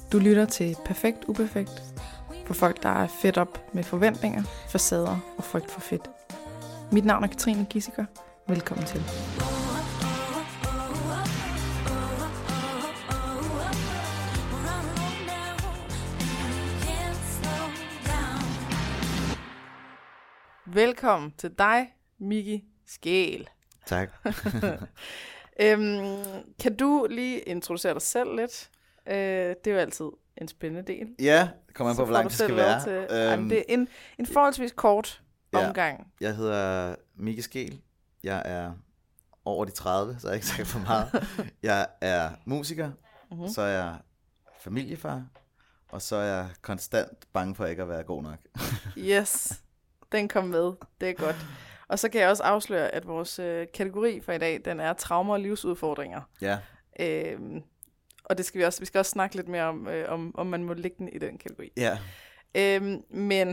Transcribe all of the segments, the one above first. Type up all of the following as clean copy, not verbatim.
Du lytter til Perfekt Uperfekt for folk, der er fedt op med forventninger, facader og frygt for fedt. Mit navn er Katrine Gissiker. Velkommen til. Velkommen til dig, Miki Skeel. Tak. Kan du lige introducere dig selv lidt? Det er jo altid en spændende del. Ja, kommer an på, hvor langt det skal være. Det er en forholdsvis kort omgang. Jeg hedder Miki Skeel. Jeg er over de 30, så jeg ikke sagt for meget. Jeg er musiker, så er jeg familiefar, og så er jeg konstant bange for ikke at være god nok. Yes, den kom med. Det er godt. Og så kan jeg også afsløre, at vores kategori for i dag, den er traumer og livsudfordringer. Ja. Og det skal vi skal også snakke lidt mere om man må lægge den i den kategori. Ja. Men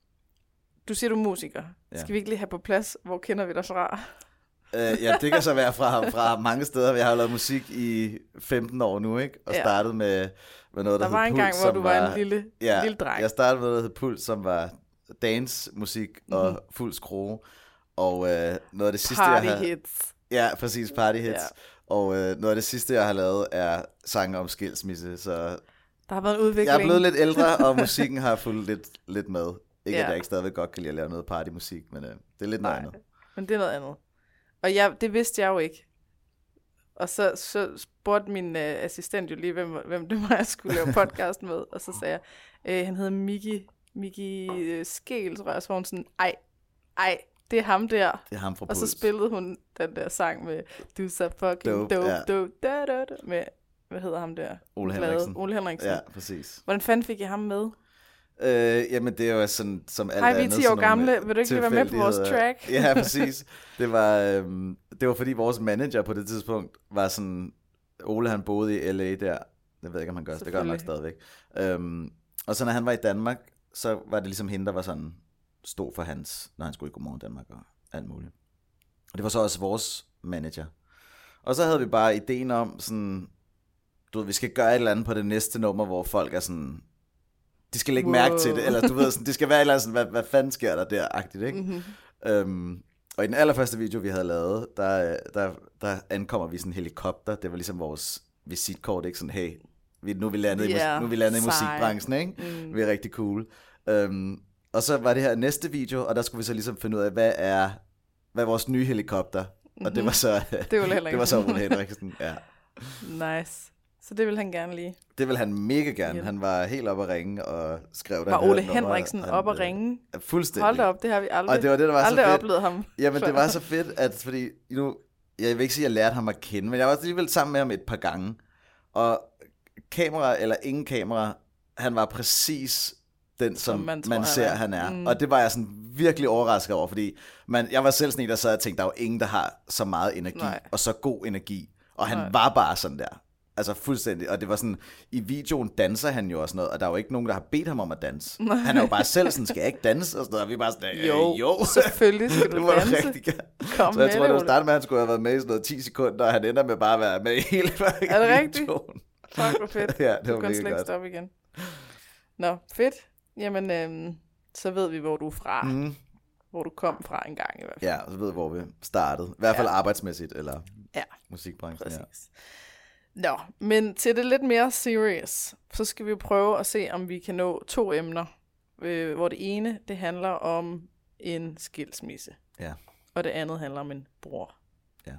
du siger, du er musiker. Ja. Skal vi ikke lige have på plads, hvor kender vi dig fra? Ja, det kan så være fra mange steder. Jeg har lavet musik i 15 år nu, ikke? Og startet med noget, der hed Puls. Der var en gang, hvor du var en lille dreng. Jeg startede med noget, der hed Puls, som var dance-musik og fuld skrue. Og noget af det sidste, hits. Ja, præcis, party hits. Ja. Og noget af det sidste, jeg har lavet, er sange om skilsmisse. Så der har været en udvikling. Jeg er blevet lidt ældre, og musikken har fulgt lidt med. Ikke at jeg ikke stadigvæk godt kan lide at lave noget partymusik, men det er lidt noget andet. Men det er noget andet. Og det vidste jeg jo ikke. Og så spurgte min assistent jo lige, hvem det var, jeg skulle lave podcast med. Og så sagde jeg, han hedder Miki Skeel, tror jeg. Så var hun sådan, ej, det er ham der. Det er ham fra Puls. Og så spillede hun den der sang med Du så fucking dope, da, med, hvad hedder ham der? Ole Henriksen. Ja, præcis. Hvordan fanden fik jeg ham med? Jamen det er jo sådan, som alt andet. Hej, vi er 10 år gamle. Vil du ikke lige være med på vores track? Ja, præcis. Det var fordi vores manager på det tidspunkt var sådan, Ole han boede i LA der. Jeg ved ikke, om han gør det. Det gør han nok stadigvæk. Og så når han var i Danmark, så var det ligesom hende, der var sådan, stod for hans, når han skulle i Godmorgen Danmark og alt muligt. Og det var så også vores manager. Og så havde vi bare ideen om sådan, du ved, vi skal gøre et eller andet på det næste nummer, hvor folk er sådan, de skal lægge mærke til det, eller du ved, sådan, det skal være et eller andet sådan, hvad fanden sker der der-agtigt, ikke? Og i den allerførste video, vi havde lavet, der ankommer vi sådan en helikopter. Det var ligesom vores visitkort, ikke? Sådan, hey, nu er vi landet i musikbranchen, ikke? Vi er rigtig cool. Og så var det her næste video, og der skulle vi så ligesom finde ud af, hvad er vores nye helikopter? Og det var så Ole Henriksen, ja. Nice. Så det vil han gerne lige. Det vil han mega gerne. Han var helt oppe at ringe og skrev der. Var Ole Henriksen oppe at ringe? Fuldstændig. Hold da op, det har vi aldrig, og det var det, der var aldrig så fedt. Oplevet ham. Jamen det var så fedt, at fordi jeg vil ikke sige, at jeg lærte ham at kende, men jeg var alligevel sammen med ham et par gange. Og kamera eller ingen kamera, han var præcis den, som man ser, han er. Og det var jeg sådan virkelig overrasket over, fordi jeg var selv sådan en, der sad og tænkte, der er jo ingen, der har så meget energi, og så god energi. Og han var bare sådan der. Altså fuldstændig. Og det var sådan, i videoen danser han jo også noget, og der er jo ikke nogen, der har bedt ham om at danse. Han er jo bare selv sådan, skal jeg ikke danse? Og sådan noget, og vi er bare sådan, jo, selvfølgelig skal du danse. Kom så jeg tror, det var starten med, at han skulle have været med i sådan noget 10 sekunder, og han ender med bare at være med i hele videoen. Er det rigtigt? Fuck, hvor fedt. Ja, det var du kan slet ikke stoppe igen. Nå, fedt. Jamen, så ved vi, hvor du er fra. Hvor du kom fra en gang i hvert fald. Ja, og så ved vi, hvor vi startede. I hvert fald arbejdsmæssigt, eller musikbranchen. Præcis. Ja. Nå, men til det lidt mere serious, så skal vi prøve at se, om vi kan nå 2 emner. Hvor det ene, det handler om en skilsmisse. Ja. Og det andet handler om en bror. Ja.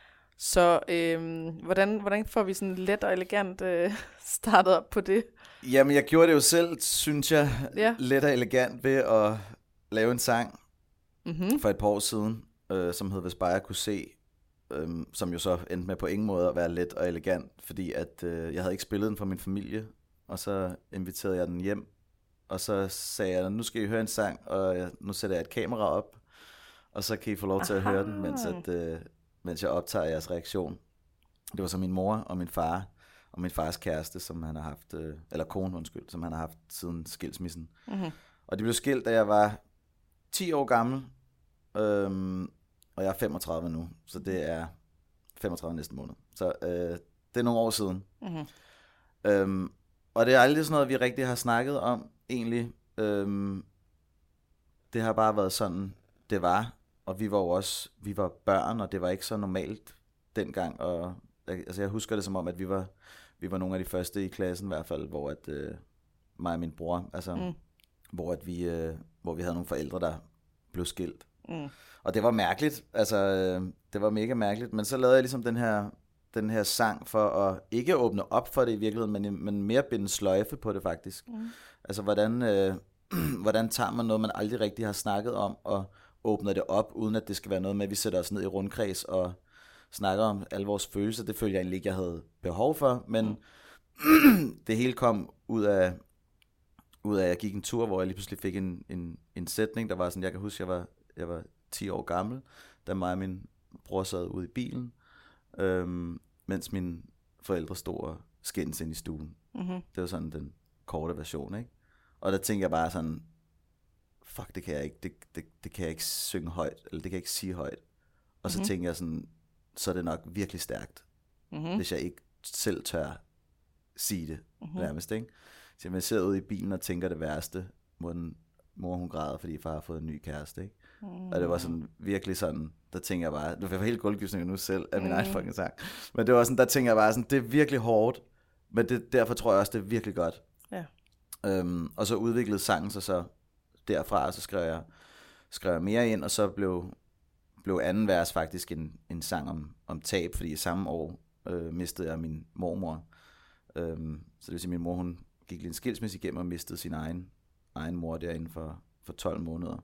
Så hvordan får vi sådan let og elegant startet op på det? Jamen, jeg gjorde det jo selv, synes jeg, let og elegant ved at lave en sang for et par år siden, som hed Hvis bare jeg kunne se, som jo så endte med på ingen måde at være let og elegant, fordi at jeg havde ikke spillet den for min familie, og så inviterede jeg den hjem, og så sagde jeg, nu skal I høre en sang, og nu sætter jeg et kamera op, og så kan I få lov til at høre den, mens jeg optager jeres reaktion. Det var så min mor og min far, og min fars kæreste, som han har haft, eller kone, som han har haft siden skilsmissen. Og de blev skilt, da jeg var 10 år gammel, og jeg er 35 nu, så det er 35 næste måned. Så det er nogle år siden. Og det er aldrig sådan noget, vi rigtig har snakket om, egentlig. Det har bare været sådan, det var. Og vi var børn, og det var ikke så normalt dengang. Og altså, jeg husker det som om, at vi var nogle af de første i klassen i hvert fald, hvor at mig og min bror, altså, hvor vi havde nogle forældre, der blev skilt. Og det var mærkeligt, altså, det var mega mærkeligt. Men så lavede jeg ligesom den her sang for at ikke åbne op for det i virkeligheden, men mere binde sløjfe på det faktisk. Altså, hvordan tager man noget, man aldrig rigtig har snakket om, og åbner det op, uden at det skal være noget med, at vi sætter os ned i rundkreds og snakker om alle vores følelser. Det følte jeg egentlig ikke, jeg havde behov for, men det hele kom ud af, at jeg gik en tur, hvor jeg lige pludselig fik en sætning, der var sådan, jeg kan huske, jeg var 10 år gammel, da mig og min bror sad ude i bilen, mens mine forældre stod og skændes ind i stuen. Det var sådan den korte version, ikke? Og der tænkte jeg bare sådan, fuck, det kan jeg ikke, det kan jeg ikke synge højt, eller det kan jeg ikke sige højt. Og så tænkte jeg sådan, så er det nok virkelig stærkt, hvis jeg ikke selv tør sige det, nærmest, ikke? Så jeg sidder ude i bilen og tænker det værste, mor hun græder, fordi far har fået en ny kæreste, ikke? Og det var sådan virkelig sådan, der tænker jeg bare, du får helt gulvgysninger nu selv af min egen fucking sang, men det var sådan, der tænker jeg bare sådan, det er virkelig hårdt, men derfor tror jeg også, det er virkelig godt. Ja. Og så udviklede sangen sig så derfra, så skrev jeg mere ind, og så blev anden vers faktisk en sang om tab, fordi i samme år mistede jeg min mormor. Så det vil sige, min mor, hun gik lige en skilsmisse igennem og mistede sin egen mor derinde for 12 måneder.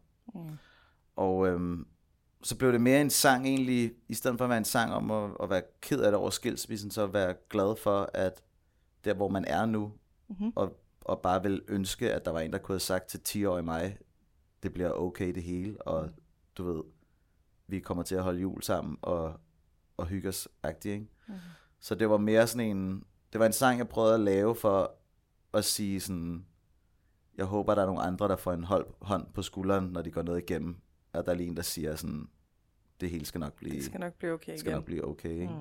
Og så blev det mere en sang egentlig, i stedet for at være en sang om at være ked af det over skilsmissen, så at være glad for, at der hvor man er nu, og bare vil ønske, at der var en, der kunne have sagt til 10-årige mig, det bliver okay det hele, og du ved, vi kommer til at holde jul sammen og hygge os agtigt, ikke? Så det var mere sådan det var en sang, jeg prøvede at lave for at sige sådan, jeg håber, der er nogle andre, der får en hånd på skulderen, når de går ned igennem, at der er lige en, der siger sådan, det hele skal nok blive okay igen. Skal nok blive okay, ikke?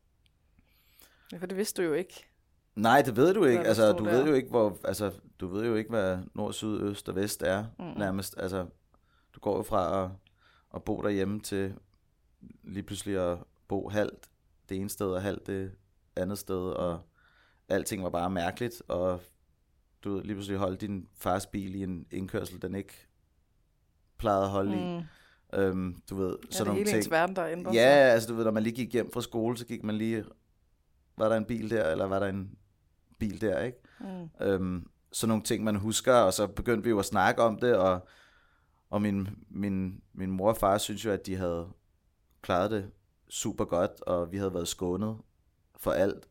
Ja, for det vidste du jo ikke. Nej, det ved du ikke. Altså, du ved jo ikke, du ved jo ikke, hvad nord, syd, øst og vest er, nærmest. Altså, du går jo fra at bo derhjemme til lige pludselig at bo halvt det ene sted og halvt det andet sted, og alting var bare mærkeligt, og du ved, lige pludselig holde din fars bil i en indkørsel, den ikke plejede at holde i. Du ved, sådan nogle ting. Det er hele ens verden, der ændrer sig. Ja, altså du ved, når man lige gik hjem fra skole, så gik man lige, var der en bil der, eller var der en bil der, ikke? Sådan nogle ting, man husker, og så begyndte vi jo at snakke om det, og min mor og far synes jo, at de havde klaret det super godt, og vi havde været skånet for alt.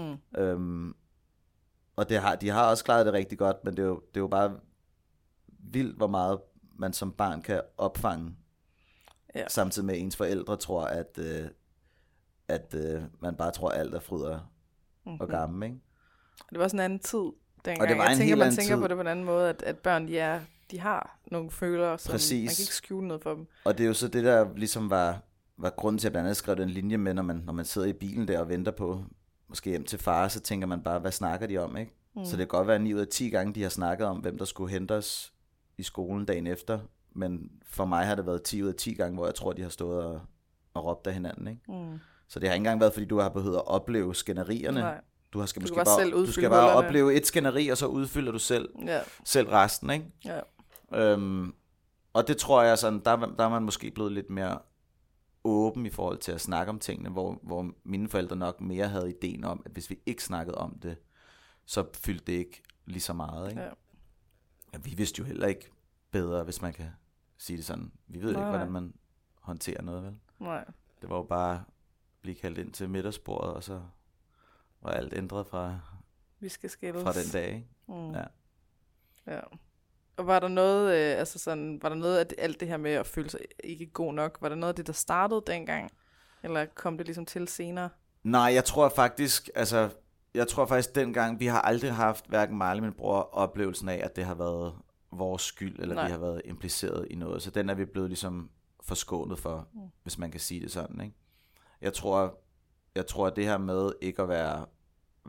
Og de har også klaret det rigtig godt, men det er jo bare vildt, hvor meget man som barn kan opfange, samtidig med ens forældre tror, at man bare tror, alt er fryd og gammel, ikke? Det var sådan en anden tid dengang. Og det var jeg tænker, man tænker på det på en anden måde, at børn, de har nogle følelser, som man kan ikke skjule noget for dem. Og det er jo så det, der ligesom var grunden til, at blandt andet skrev den linje med, når man sidder i bilen der og venter på, måske hjem til far, så tænker man bare, hvad snakker de om, ikke? Så det kan godt være 9 ud af 10 gange, de har snakket om, hvem der skulle hente os i skolen dagen efter. Men for mig har det været 10 ud af 10 gange, hvor jeg tror, de har stået og råbt af hinanden, ikke? Så det har ikke engang været, fordi du har behøvet at opleve skænderierne. Nej. Du skal bare opleve et skænderi, og så udfylder du selv resten, ikke? Ja. Og det tror jeg sådan, der er man måske blevet lidt mere åben i forhold til at snakke om tingene, hvor mine forældre nok mere havde ideen om, at hvis vi ikke snakkede om det, så fyldte det ikke lige så meget, ikke? Ja, vi vidste jo heller ikke bedre, hvis man kan sige det sådan. Vi ved ikke, hvordan man håndterer noget, vel? Nej. Det var jo bare at blive kaldt ind til middagsbordet, og så var alt ændret fra den dag, ikke? Ja. Og var der noget, var der noget af alt det her med at føle sig ikke god nok, var der noget af det, der startede dengang? Eller kom det ligesom til senere? Nej, jeg tror faktisk dengang, vi har aldrig haft, hverken mig eller min bror, oplevelsen af, at det har været vores skyld, eller vi har været impliceret i noget. Så den er vi blevet ligesom forskånet for, hvis man kan sige det sådan, ikke? Jeg tror, at det her med ikke at være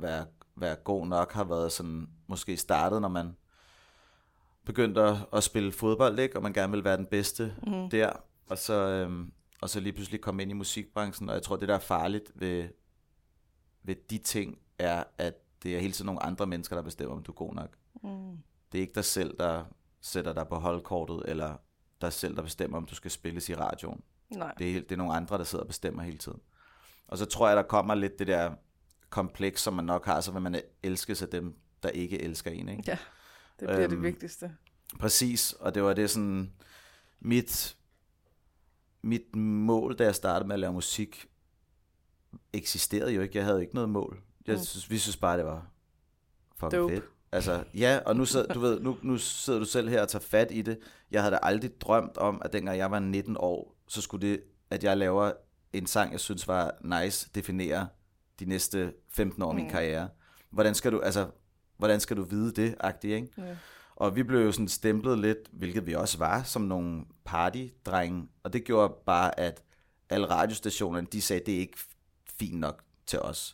være god nok har været sådan, måske startet, når man begyndte at spille fodbold, ikke? Og man gerne vil være den bedste der, og så lige pludselig komme ind i musikbranchen, og jeg tror, det der er farligt ved de ting, er, at det er hele tiden nogle andre mennesker, der bestemmer, om du er god nok. Det er ikke dig selv, der sætter dig på holdkortet, eller dig selv, der bestemmer, om du skal spilles i radioen. Nej. Det er nogle andre, der sidder og bestemmer hele tiden. Og så tror jeg, der kommer lidt det der kompleks, som man nok har, så vil man elskes af dem, der ikke elsker en, ikke? Ja, det bliver det vigtigste. Præcis, og det var det sådan, mit mål, da jeg startede med at lave musik, eksisterede jo ikke. Jeg havde ikke noget mål. Vi synes bare, det var fucking fedt. Altså, ja, og nu sidder du selv her og tager fat i det. Jeg havde da aldrig drømt om, at dengang jeg var 19 år, så skulle det, at jeg laver en sang, jeg synes var nice, definere de næste 15 år af min karriere. Hvordan skal du vide det, agtigt, ikke? Ja. Og vi blev jo sådan stemplet lidt, hvilket vi også var, som nogle partydrenge. Og det gjorde bare, at alle radiostationerne, de sagde, det er ikke fint nok til os.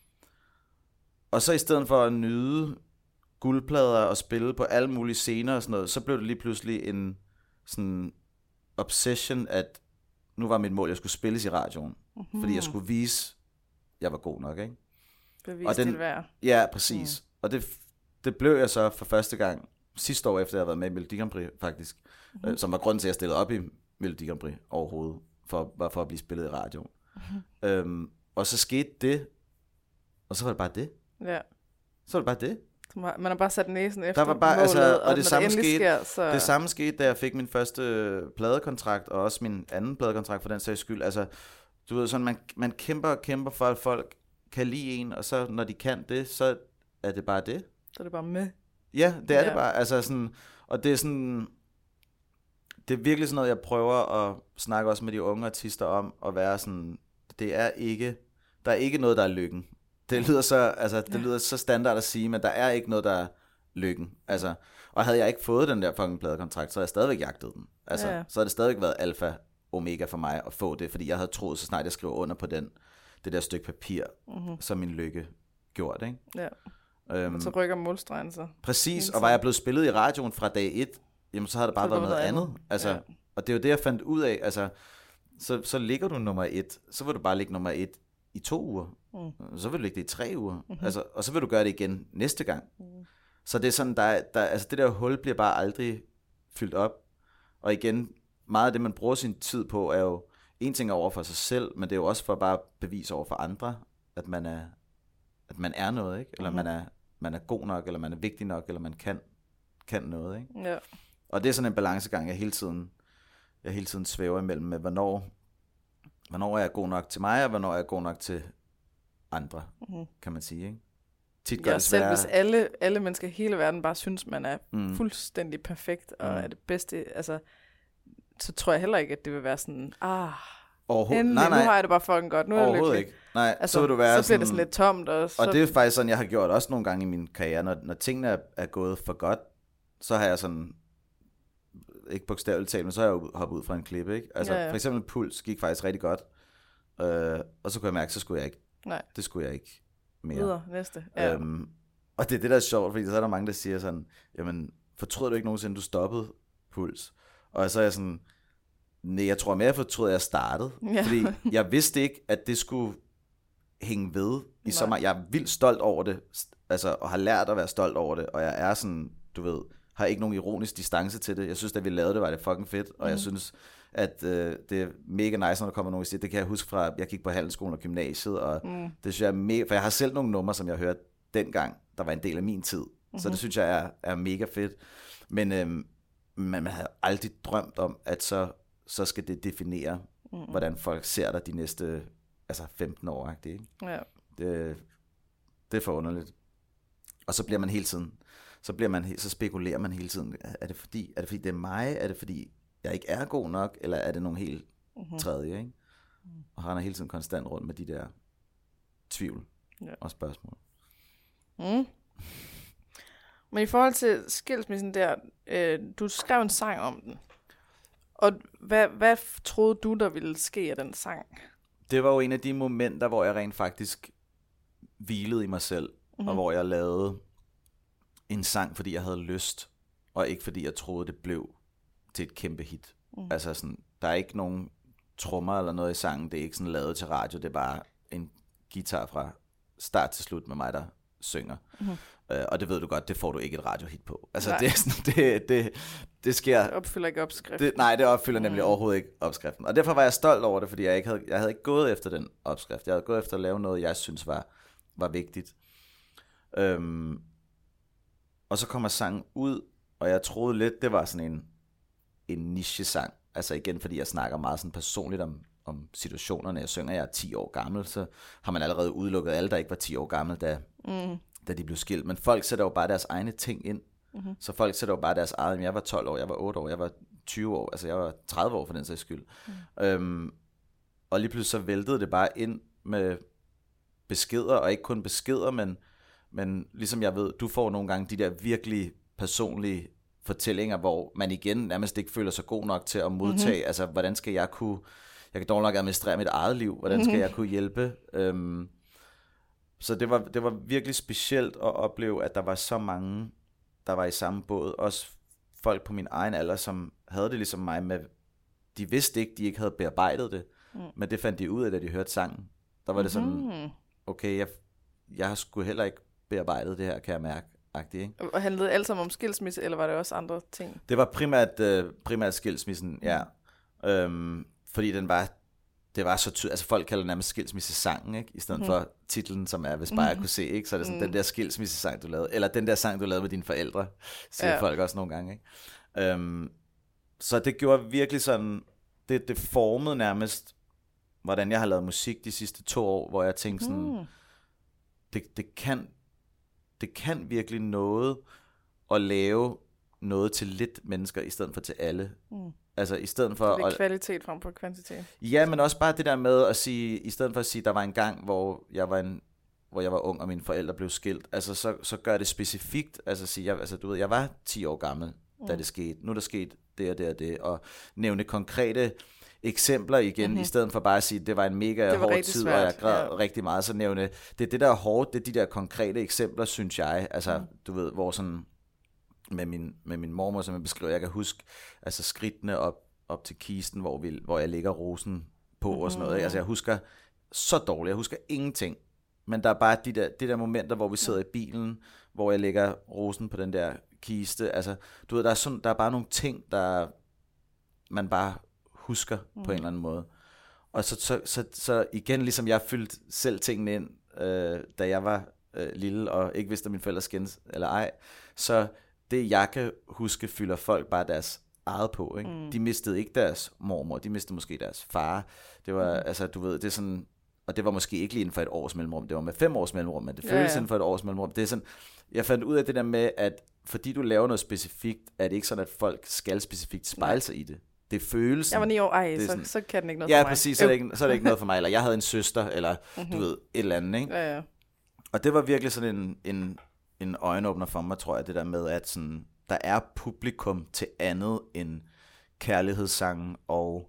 Og så i stedet for at nyde guldplader og spille på alle mulige scener og sådan noget, så blev det lige pludselig en sådan obsession, at nu var mit mål, at jeg skulle spilles i radioen. Fordi jeg skulle vise, at jeg var god nok, ikke? Bevis til værd. Ja, præcis. Og det blev jeg så for første gang sidste år, efter jeg havde været med i Melodi Grand Prix, faktisk. Som var grunden til, at jeg stillede op i Melodi Grand Prix overhovedet, for at blive spillet i radioen. Og så skete det, og så var det bare det. Ja. Så var det bare det. Man har bare sat næsen efter der var bare, målet, og det samme skete, sker, så... det samme skete, da jeg fik min første pladekontrakt, og også min anden pladekontrakt for den sags skyld. Altså, du ved, sådan, man kæmper og kæmper for, at folk kan lide en, og så når de kan det, så er det bare det. Så er det bare med. Ja, det er det bare. Altså sådan, og det er sådan, det er virkelig sådan noget, jeg prøver at snakke også med de unge artister om, at være sådan, der er ikke noget, der er lykken. Det lyder så standard at sige, men der er ikke noget, der er lykken. Altså, og havde jeg ikke fået den der fucking pladekontrakt, så havde jeg stadigvæk jagtet den. Altså, så havde det stadigvæk været alfa omega for mig at få det, fordi jeg havde troet, så snart jeg skrev under på det der stykke papir, som min lykke gjorde, ikke? Ja. Så rykker målstregen så. Præcis, og var jeg blevet spillet i radioen fra dag 1, jamen så havde det bare været noget andet. Altså, og det er jo det, jeg fandt ud af. Altså, så ligger du nummer 1, så vil du bare ligge nummer 1 i 2 uger. Så vil du ligge det i 3 uger. Altså, og så vil du gøre det igen næste gang. Så det er sådan, altså det der hul bliver bare aldrig fyldt op. Og igen, meget af det, man bruger sin tid på, er jo en ting over for sig selv, men det er jo også for at bare bevise over for andre, at man er noget, ikke? Eller man er god nok, eller man er vigtig nok, eller man kan noget, ikke? Ja. Og det er sådan en balancegang, jeg hele tiden svæver imellem med, hvornår er jeg god nok til mig, og hvornår er jeg god nok til andre, kan man sige, ikke? Tit gør det selv hvis alle mennesker i hele verden bare synes, man er fuldstændig perfekt, og er det bedste, altså, så tror jeg heller ikke, at det vil være sådan, endelig, nu har jeg det bare fucking godt, nu er jeg lykkelig. Ikke. Nej, altså, så vil du være så bliver det sådan lidt tomt. Og det er faktisk sådan, jeg har gjort også nogle gange i min karriere, når tingene er gået for godt, så har jeg sådan, ikke bogstaveligt talt, men så har jeg hoppet ud fra en klippe, ikke? Altså, for eksempel Puls gik faktisk rigtig godt, og så kunne jeg mærke, så skulle jeg ikke, det skulle jeg ikke mere. Videre, næste. Ja. Og det er det, der er sjovt, fordi så er der mange, der siger sådan, jamen, fortrød du ikke nogensinde, du stoppede Puls? Og så er jeg sådan, nej, jeg tror mere, jeg fortrød, at jeg startede. Ja. Fordi jeg vidste ikke, at det skulle hænge ved i så meget. Jeg er vildt stolt over det, altså, og har lært at være stolt over det, og jeg er sådan, du ved, har ikke nogen ironisk distance til det. Jeg synes, da vi lavede det, var det fucking fedt, og jeg synes, at det er mega nice, når der kommer nogen og siger, det kan jeg huske fra, jeg gik på handelsskolen og gymnasiet, og det synes jeg er mega, for jeg har selv nogle numre, som jeg hørte dengang, der var en del af min tid, så det synes jeg er mega fedt. Men man havde aldrig drømt om, at så skal det definere, hvordan folk ser dig de næste 15 år, ikke? Ja. Det er for underligt. Og så bliver man hele tiden, så spekulerer man hele tiden, er det fordi det er mig, er det fordi jeg ikke er god nok, eller er det nogen helt tredje, ikke? Og han er hele tiden konstant rundt med de der tvivl og spørgsmål. Men i forhold til skilsmissen der, du skrev en sang om den. Og hvad troede du, der ville ske af den sang? Det var jo en af de momenter, hvor jeg rent faktisk hvilede i mig selv. og hvor jeg lavede en sang, fordi jeg havde lyst, og ikke fordi jeg troede, det blev til et kæmpe hit. Altså sådan, der er ikke nogen trommer eller noget i sangen, det er ikke sådan lavet til radio, det er bare en guitar fra start til slut med mig, der synger. Og det ved du godt, det får du ikke et radiohit på. Altså det er sådan, det sker. Det opfylder ikke opskriften. Det opfylder nemlig overhovedet ikke opskriften. Og derfor var jeg stolt over det, fordi jeg havde ikke gået efter den opskrift. Jeg havde gået efter at lave noget, jeg synes var vigtigt. Og så kommer sangen ud, og jeg troede lidt, det var sådan en niche-sang. Altså igen, fordi jeg snakker meget sådan personligt om situationerne. Jeg synger, jeg er 10 år gammel, så har man allerede udelukket alle, der ikke var 10 år gammel, da de blev skilt. Men folk sætter jo bare deres egne ting ind. Så folk sætter jo bare deres eget. Jeg var 12 år, jeg var 8 år, jeg var 20 år, altså jeg var 30 år for den sags skyld. Og lige pludselig så væltede det bare ind med beskeder, og ikke kun beskeder, men ligesom jeg ved, du får nogle gange de der virkelig personlige fortællinger, hvor man igen nærmest ikke føler sig god nok til at modtage, altså hvordan skal jeg kan dog nok administrere mit eget liv, hvordan skal jeg kunne hjælpe? Så det var virkelig specielt at opleve, at der var så mange, der var i samme båd, også folk på min egen alder, som havde det ligesom mig med, de vidste ikke, de ikke havde bearbejdet det, men det fandt de ud af, da de hørte sangen. Der var det sådan, okay, jeg har sgu heller ikke bearbejdet det her, kan jeg mærke. Ikke? Og handlede det alt sammen om skilsmisse, eller var det også andre ting? Det var primært skilsmissen, ja. Fordi det var så tydeligt, altså folk kalder det nærmest skilsmissesangen, ikke? I stedet for titlen, som er, hvis bare jeg kunne se, ikke? Så er det sådan, den der skilsmissesang, du lavede, eller den der sang, du lavede med dine forældre, siger folk også nogle gange, ikke? Så det gjorde virkelig sådan, det formede nærmest, hvordan jeg har lavet musik de sidste 2 år, hvor jeg tænkte sådan, det kan virkelig noget at lave noget til lidt mennesker, i stedet for til alle. Altså i stedet for... Det er kvalitet frem for kvantitet. Ja, men også bare det der med at sige, i stedet for at sige, der var en gang, hvor jeg var ung, og mine forældre blev skilt, altså så gør det specifikt, altså sige, du ved, jeg var 10 år gammel, da det skete. Nu er der sket det og det og det, og nævne konkrete eksempler igen, i stedet for bare at sige, det var en mega hård tid, svært, og jeg græd rigtig meget, så nævne, det er det der er hårdt, det er de der konkrete eksempler, synes jeg, altså du ved, hvor sådan, med min mormor, som jeg beskriver, jeg kan huske, altså skridtene op til kisten, hvor jeg lægger rosen på og sådan noget, altså jeg husker så dårligt, jeg husker ingenting, men der er bare de der momenter, hvor vi sidder i bilen, hvor jeg lægger rosen på den der kiste, altså du ved, der er bare nogle ting, der man bare husker på en eller anden måde. Og så igen, ligesom jeg fyldte selv tingene ind, da jeg var lille, og ikke vidste, om mine forældre skændes eller ej, så det jeg kan huske, fylder folk bare deres eget på, ikke? De mistede ikke deres mormor, de mistede måske deres far. Det var, altså du ved, det er sådan, og det var måske ikke lige inden for et års mellemrum, det var med 5 års mellemrum, men det føles inden for et års mellemrum. Det er sådan, jeg fandt ud af det der med, at fordi du laver noget specifikt, er det ikke sådan, at folk skal specifikt spejle sig i det. Det er følelsen. Jeg var 9 år, så kan den ikke noget for mig. Ja, præcis, så er det ikke noget for mig. Eller jeg havde en søster, eller du ved, et eller andet, ikke? Ja. Og det var virkelig sådan en øjenåbner for mig, tror jeg, det der med, at sådan, der er publikum til andet end kærlighedssangen og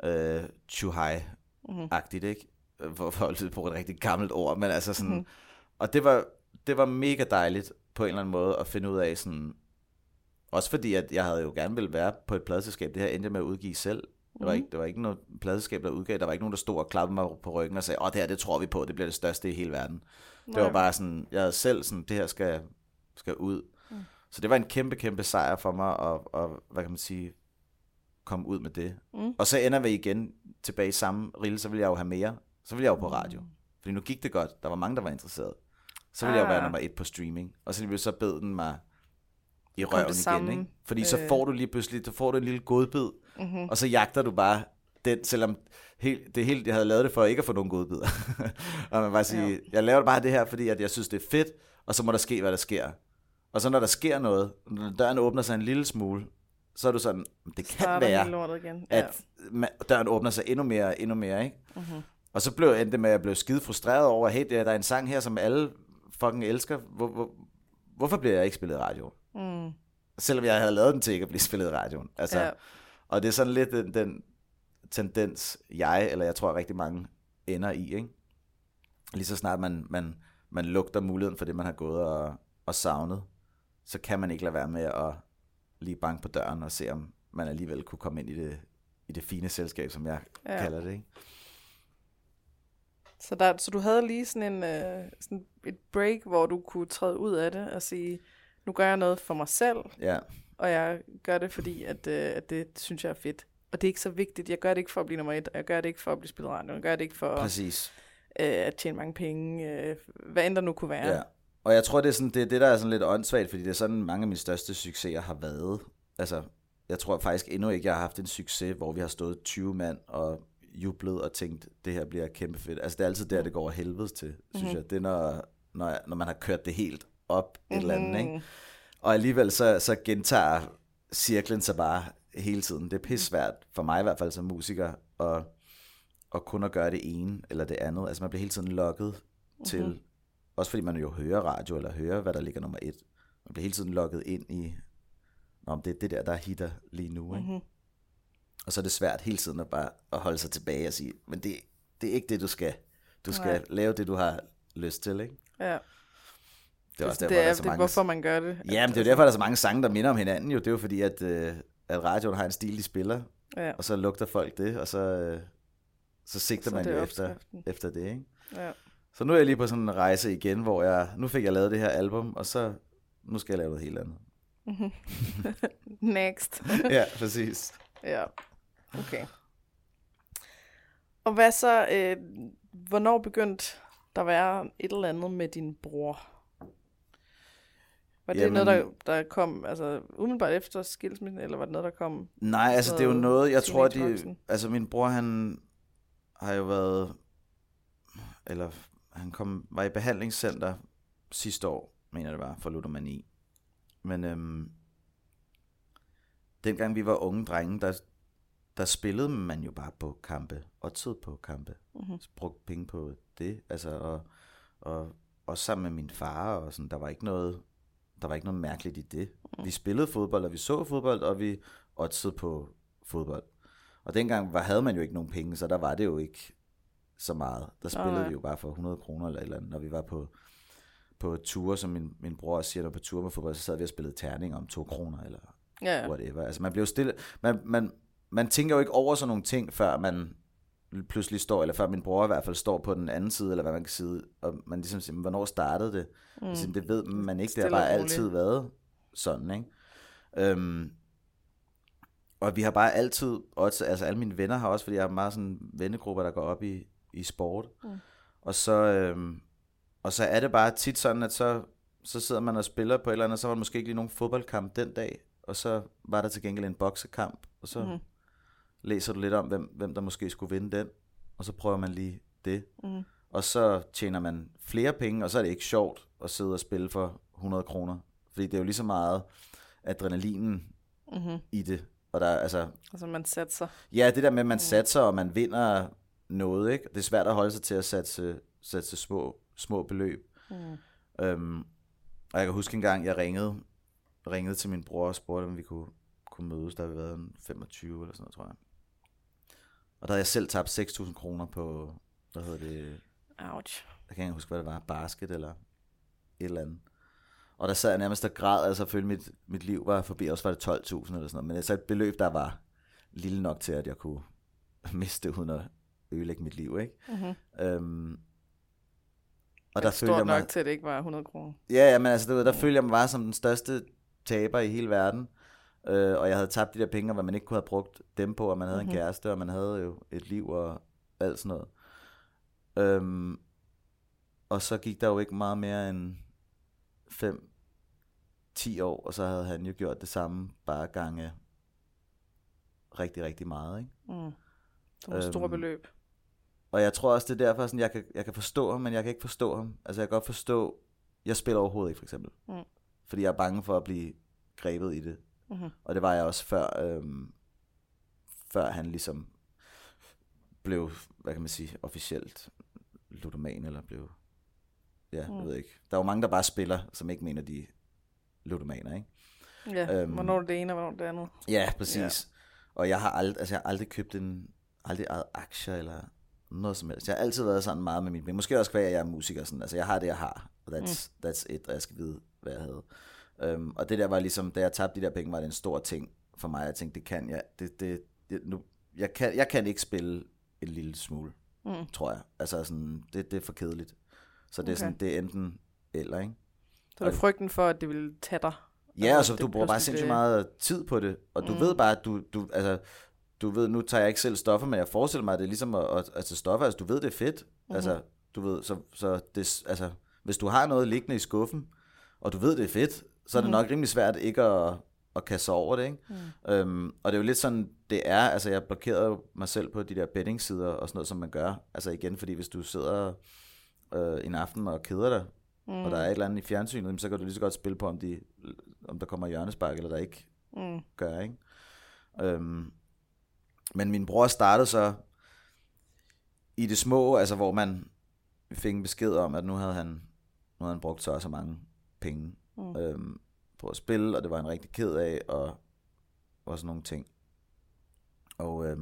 chuhai-agtigt, ikke? For at på et rigtig gammelt ord, men altså sådan, og det var mega dejligt på en eller anden måde at finde ud af sådan, også fordi at jeg havde jo gerne ville være på et pladeselskab, det her endte med at udgive selv. Det var ikke noget pladeselskab, der udgav, der var ikke nogen, der stod og klappede mig på ryggen og sagde, det her, det tror vi på, det bliver det største i hele verden. Det var bare sådan, jeg havde selv sådan, det her skal ud. Så det var en kæmpe, kæmpe sejr for mig, og hvad kan man sige, komme ud med det. Og så ender vi igen tilbage i samme rille, så ville jeg jo have mere. Så ville jeg jo på radio. Fordi nu gik det godt, der var mange, der var interesseret. Så ville jeg jo være nummer 1 på streaming. Og så bed den mig i røven igen, ikke? Fordi så får du lige pludselig, en lille godbid, og så jagter du bare den, selvom jeg havde lavet det for ikke at få nogen godbidder. Og man bare sige, jeg laver bare det her, fordi at jeg synes, det er fedt, og så må der ske, hvad der sker. Og så når der sker noget, når døren åbner sig en lille smule, så er du sådan, det kan være, at døren åbner sig endnu mere, ikke? Og så blev jeg endte med, at jeg blev skide frustreret over, hey, der er en sang her, som alle fucking elsker. Hvorfor bliver jeg ikke spillet i radioen? Selvom jeg havde lavet den til ikke at blive spillet i radioen. Altså, og det er sådan lidt den tendens, jeg tror rigtig mange ender i, ikke? Lige så snart man man lugter muligheden for det, man har gået og savnet, så kan man ikke lade være med at lige banke på døren og se, om man alligevel kunne komme ind i det fine selskab, som jeg kalder det, ikke? Så du havde lige sådan et break, hvor du kunne træde ud af det og sige, nu gør jeg noget for mig selv, og jeg gør det, fordi at det synes jeg er fedt. Og det er ikke så vigtigt. Jeg gør det ikke for at blive nummer 1, og jeg gør det ikke for at blive spillet radio, jeg gør det ikke for at tjene mange penge, hvad end der nu kunne være. Ja. Og jeg tror, det er det, der er sådan lidt åndssvagt, fordi det er sådan, mange af mine største succeser har været. Altså, jeg tror faktisk endnu ikke, jeg har haft en succes, hvor vi har stået 20 mand og jublet og tænkt, det her bliver kæmpe fedt. Altså, det er altid der, det går helvedes til, synes jeg. Det er, når man har kørt det helt op et eller andet, ikke? Og alligevel så gentager cirklen sig bare hele tiden. Det er pissvært, for mig i hvert fald som musiker, og kun at gøre det ene eller det andet. Altså, man bliver hele tiden lokket til, også fordi man jo hører radio, eller hører, hvad der ligger nummer 1. Man bliver hele tiden lokket ind i, om det er det der hitter lige nu, ikke? Og så er det svært hele tiden at bare at holde sig tilbage og sige, men det er ikke det, du skal. Du skal lave det, du har lyst til, ikke? Ja. Det er også derfor, der er så mange... hvorfor man gør det. Ja, men det er jo derfor, der er så mange sange, der minder om hinanden. Jo. Det er jo fordi, at radioen har en stil, de spiller, og så lugter folk det, og så sigter man jo efter det, ikke? Ja. Så nu er jeg lige på sådan en rejse igen, hvor nu fik jeg lavet det her album, og så nu skal jeg lave noget helt andet. Next. Ja, præcis. Ja, okay. Og hvad så, hvornår begyndte der at være et eller andet med din bror? Var det noget, der kom altså umiddelbart efter skilsmissen, eller var det noget, der kom? Nej, altså det er jo noget, jeg tror, altså min bror, han har jo været, eller han var i behandlingscenter sidste år, mener det var, for ludomani. Men dengang vi var unge drenge, der spillede man jo bare på kampe, og tid på kampe. Brugte penge på det, altså, og sammen med min far, og sådan, der var ikke noget mærkeligt i det. Vi spillede fodbold, og vi så fodbold, og vi oddsede på fodbold. Og dengang havde man jo ikke nogen penge, så der var det jo ikke så meget. Der spillede vi jo bare for 100 kroner eller et eller andet, når vi var på ture, som min bror siger, når på ture med fodbold, så sad vi og spillede terning om 2 kroner, eller whatever. Altså man blev stille, man tænker jo ikke over sådan nogle ting, før man pludselig står, eller før min bror i hvert fald står på den anden side, eller hvad man kan sige, og man ligesom siger, hvornår startede det? Altså, det ved man ikke, det har bare altid været sådan, ikke? Og vi har bare altid, også, altså alle mine venner har også, fordi jeg har meget sådan vennegrupper, der går op i sport, og så er det bare tit sådan, at så sidder man og spiller på et eller andet, og så var der måske ikke lige nogen fodboldkamp den dag, og så var der til gengæld en boksekamp, og så læser du lidt om, hvem der måske skulle vinde den, og så prøver man lige det. Og så tjener man flere penge, og så er det ikke sjovt at sidde og spille for 100 kroner. Fordi det er jo lige så meget adrenalinen i det. Og der, altså man satser. Ja, det der med, at man satser, og man vinder noget, ikke? Det er svært at holde sig til at satse små beløb. Og jeg kan huske en gang, jeg ringede til min bror og spurgte, om vi kunne mødes, der havde været 25 eller sådan noget, tror jeg. Og der havde jeg selv tabt 6.000 kroner på, hvad hedder det? Ouch. Jeg kan ikke huske, hvad det var, basket eller et eller andet. Og der sad jeg nærmest og græd, altså følte mit liv var forbi, også var det 12.000 eller sådan noget. Men det er så et beløb, der var lille nok til, at jeg kunne miste uden at ødelægge mit liv, ikke? Og der følte jeg mig nok til, at det ikke var 100 kroner. Ja, men altså, der følte jeg mig bare som den største taber i hele verden. Og jeg havde tabt de der penge, hvor man ikke kunne have brugt dem på, og man havde en kæreste, og man havde jo et liv og alt sådan noget. Og så gik der jo ikke meget mere end 5-10 år, og så havde han jo gjort det samme, bare gange rigtig, rigtig meget, ikke? Det var et stort beløb. Og jeg tror også, det er derfor, sådan, jeg kan forstå ham, men jeg kan ikke forstå ham. Altså jeg kan godt forstå, jeg spiller overhovedet ikke, for eksempel. Fordi jeg er bange for at blive grebet i det. Og det var jeg også før han ligesom blev, hvad kan man sige, officielt ludoman, eller blev, jeg ved ikke. Der er jo mange, der bare spiller, som ikke mener, de er ludomaner, ikke? Ja, hvornår det ene, og hvornår det andet. Ja, præcis. Ja. Og jeg har aldrig købt aldrig ejet aktier, eller noget som helst. Jeg har altid været sådan meget med mine penge. Måske også, hvad jeg er musiker. Sådan. Altså, jeg har det, jeg har. That's it, og jeg skal vide, hvad jeg havde. Og det der var ligesom, da jeg tabte de der penge, var det en stor ting for mig. Jeg tænkte, det kan jeg. Jeg kan ikke spille en lille smule, tror jeg. Altså, sådan, det er for kedeligt. Så det er sådan, det er enten eller, ikke? Så er der frygten for, at det ville tage dig? Ja, og så du bruger bare sindssygt meget tid på det, og du ved bare, at du ved, nu tager jeg ikke selv stoffer, men jeg forestiller mig, at det er ligesom at tage stoffer, altså du ved, det er fedt, altså du ved, så det, altså, hvis du har noget liggende i skuffen, og du ved, det er fedt, så er det nok rimelig svært ikke at kaste sig over det, ikke? Og det er jo lidt sådan, det er, altså jeg blokerede mig selv på de der bettingsider og sådan noget, som man gør, altså igen, fordi hvis du sidder en aften og keder dig, og der er et eller andet i fjernsynet, så kan du lige så godt spille på, om der kommer hjørnespark, eller der ikke gør, ikke? Men min bror startede så i det små, altså hvor vi fik en besked om, at nu havde han brugt så mange penge på at spille, og det var han rigtig ked af, og sådan nogle ting. Og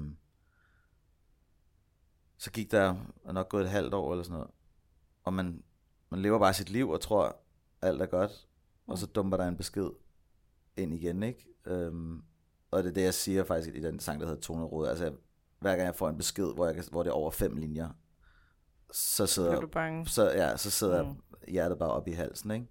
så gik der nok gået et halvt år eller sådan noget, og man lever bare sit liv og tror, alt er godt, og så dumper der en besked ind igen, ikke? Og det er det, jeg siger faktisk i den sang, der hedder Tonerod. Altså, hver gang jeg får en besked, hvor det er over 5 linjer, så sidder hjertet bare op i halsen, ikke?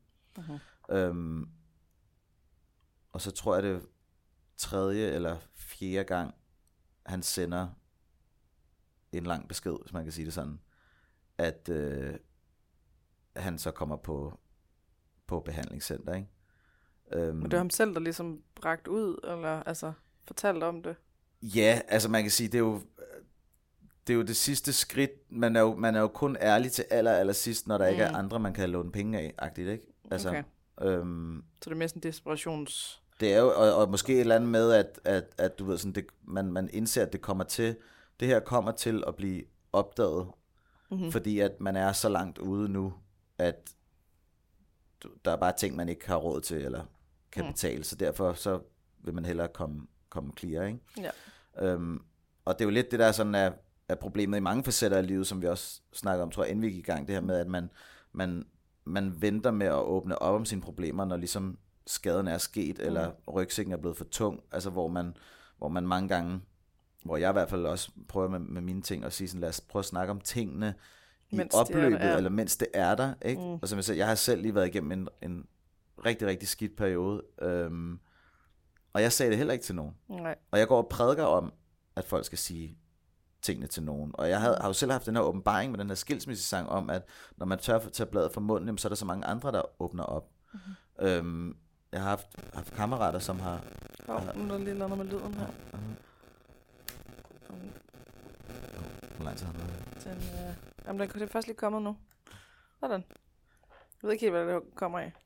Og så tror jeg, det er 3. eller 4. gang, han sender en lang besked, hvis man kan sige det sådan, at han så kommer på behandlingscenter, ikke? Men det er ham selv, der ligesom bragt ud, eller altså fortalt om det? Ja, altså man kan sige, det er jo det sidste skridt. Man er jo kun ærlig til aller sidst, når der ikke er andre, man kan låne penge af, agtigt, ikke? Altså, okay. Så det er mere sådan desperations... Det er jo, og måske et eller andet med, at du ved, sådan, man indser, at det her kommer til at blive opdaget, fordi at man er så langt ude nu, at der er bare ting, man ikke har råd til, eller kan betale, så derfor så vil man hellere komme clear, ikke? Ja. Og det er jo lidt det der sådan er problemet i mange facetter af livet, som vi også snakker om, tror jeg, inden vi gik i gang, det her med, at man venter med at åbne op om sine problemer, når ligesom skaden er sket, eller rygsækken er blevet for tung, altså hvor man mange gange, hvor jeg i hvert fald også prøver med mine ting, at sige sådan, lad os prøve at snakke om tingene i opløbet, eller mens det er der, ikke? Og som jeg siger, jeg har selv lige været igennem en rigtig, rigtig skidt periode, og jeg sagde det heller ikke til nogen. Nej. Og jeg går og prædiker om, at folk skal sige tingene til nogen. Og jeg har jo selv haft den her åbenbaring med den her skilsmissesang om, at når man tør tage bladet fra munden, så er der så mange andre, der åbner op. Jeg har haft kammerater, som har... nu er der lige noget med lyden her. Hvor lang tid har den Jamen, det er først lige kommet nu. Sådan. Jeg ved ikke helt, hvad det kommer af.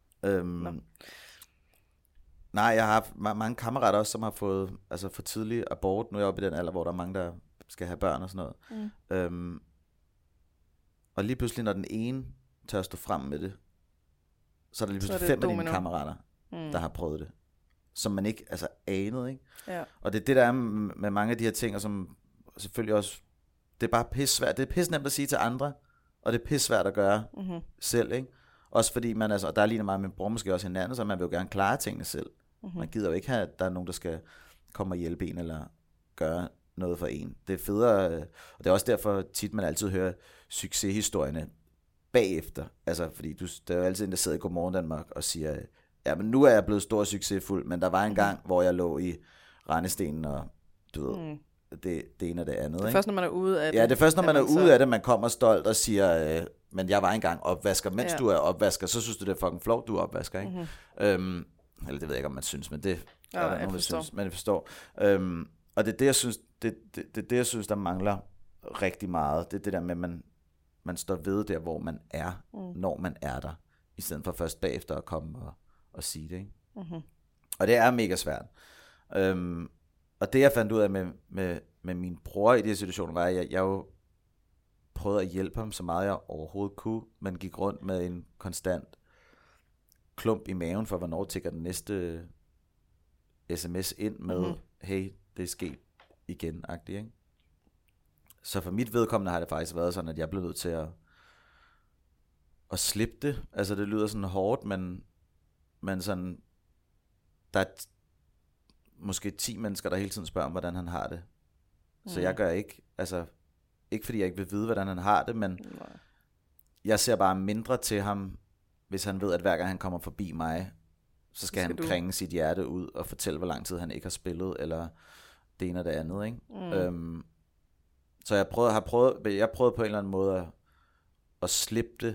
Nej, jeg har haft mange kammerater også, som har fået for tidlig abort. Nu er jeg oppe i den alder, hvor der er mange, der skal have børn og sådan noget. Og lige pludselig, når den ene tør stå frem med det, så er der lige pludselig 5 af dine kammerater, der har prøvet det. Som man ikke anede, ikke? Ja. Og det er det, der er med mange af de her ting, og som selvfølgelig også, det er bare pissvært. Det er pisnemt at sige til andre, og det er pissvært at gøre selv, ikke? Også fordi man, og der er lige meget, min bror måske også hinanden, så man vil jo gerne klare tingene selv. Man gider jo ikke have, at der er nogen, der skal komme og hjælpe en, eller gøre noget for en. Det er federe, og det er også derfor tit, man altid hører succeshistorierne bagefter. Altså, fordi der er jo altid en, der sidder i Godmorgen Danmark og siger, ja, men nu er jeg blevet stor og succesfuld, men der var en gang, hvor jeg lå i rendestenen, og du ved, det ene og det andet. Det er først, når man er ude af det. Ja, det er først, når man er ude af det, man kommer stolt og siger, men jeg var engang opvasker, mens du er opvasker, så synes du, det er fucking flot, du er opvasker, ikke? Eller det ved jeg ikke, om man synes, men det er der nogen, der synes, man forstår. Og det er det, jeg synes, det jeg synes, der mangler rigtig meget. Det er det der med, at man står ved der, hvor man er, når man er der, i stedet for først bagefter at komme og sige det, ikke? Og det er mega svært. Og det jeg fandt ud af med min bror i de her situationer, var, at jeg jo prøvede at hjælpe ham så meget jeg overhovedet kunne, men gik rundt med en konstant klump i maven for, hvornår tikker den næste sms ind med, hey, det er sket igen, agtigt, ikke? Så for mit vedkommende har det faktisk været sådan, at jeg blev nødt til at slippe det. Altså det lyder sådan hårdt, men sådan, der er måske 10 mennesker, der hele tiden spørger om, hvordan han har det. Så jeg gør ikke, altså ikke fordi jeg ikke vil vide, hvordan han har det, men jeg ser bare mindre til ham, hvis han ved, at hver gang han kommer forbi mig, så skal han krænge sit hjerte ud og fortælle, hvor lang tid han ikke har spillet, eller det ene og det andet, ikke? Så jeg prøvede på en eller anden måde at slippe det,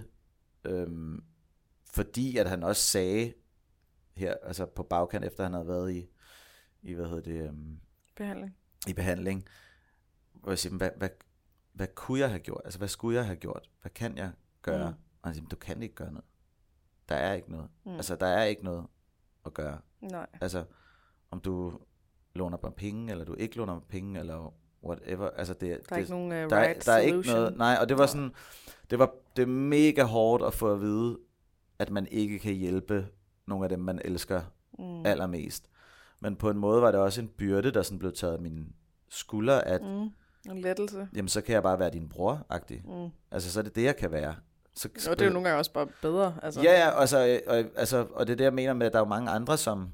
fordi at han også sagde her, altså på bagkant, efter han havde været i behandling. I behandling, hvor jeg siger, hvad kunne jeg have gjort? Altså, hvad skulle jeg have gjort? Hvad kan jeg gøre? Og han siger, du kan ikke gøre noget. Der er ikke noget. Altså, der er ikke noget at gøre. Nej. Altså, om du låner mig penge, eller du ikke låner mig penge, eller whatever. Altså, der er ikke nogen right der er ikke noget. Nej, og det var sådan, det er mega hårdt at få at vide, at man ikke kan hjælpe nogle af dem, man elsker allermest. Men på en måde var det også en byrde, der sådan blev taget af mine skuldre, at en lettelse. Jamen, så kan jeg bare være din bror-agtig. Altså, så er det, jeg kan være. Og det er jo nogle gange også bare bedre. Altså. Ja, og det er det, jeg mener med, at der er jo mange andre, som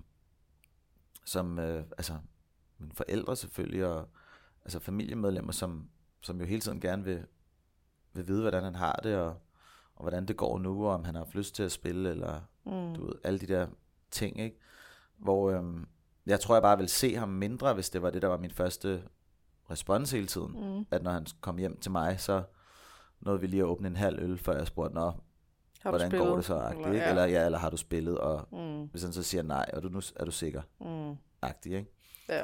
mine forældre selvfølgelig, og altså familiemedlemmer, som jo hele tiden gerne vil vide, hvordan han har det, og hvordan det går nu, og om han har haft lyst til at spille, eller du ved, alle de der ting, ikke? Hvor jeg tror, jeg bare ville se ham mindre, hvis det var det, der var min første respons hele tiden. At når han kom hjem til mig, så nåede vi lige at åbne en halv øl, før jeg spurgte, hvordan går det så? Agtigt, eller har du spillet? Og hvis han så siger nej, og er du sikker? Agtigt, ikke? Ja.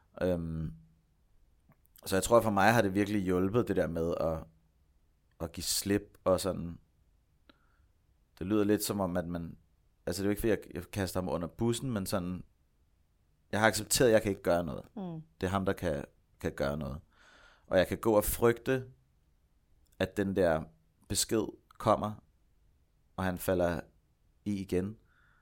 Så jeg tror, for mig har det virkelig hjulpet det der med at give slip, og sådan, det lyder lidt som om, at man, altså det er jo ikke fordi, jeg kaster ham under bussen, men sådan, jeg har accepteret, at jeg kan ikke gøre noget. Det er ham, der kan gøre noget. Og jeg kan gå og frygte, at den der besked kommer, og han falder i igen.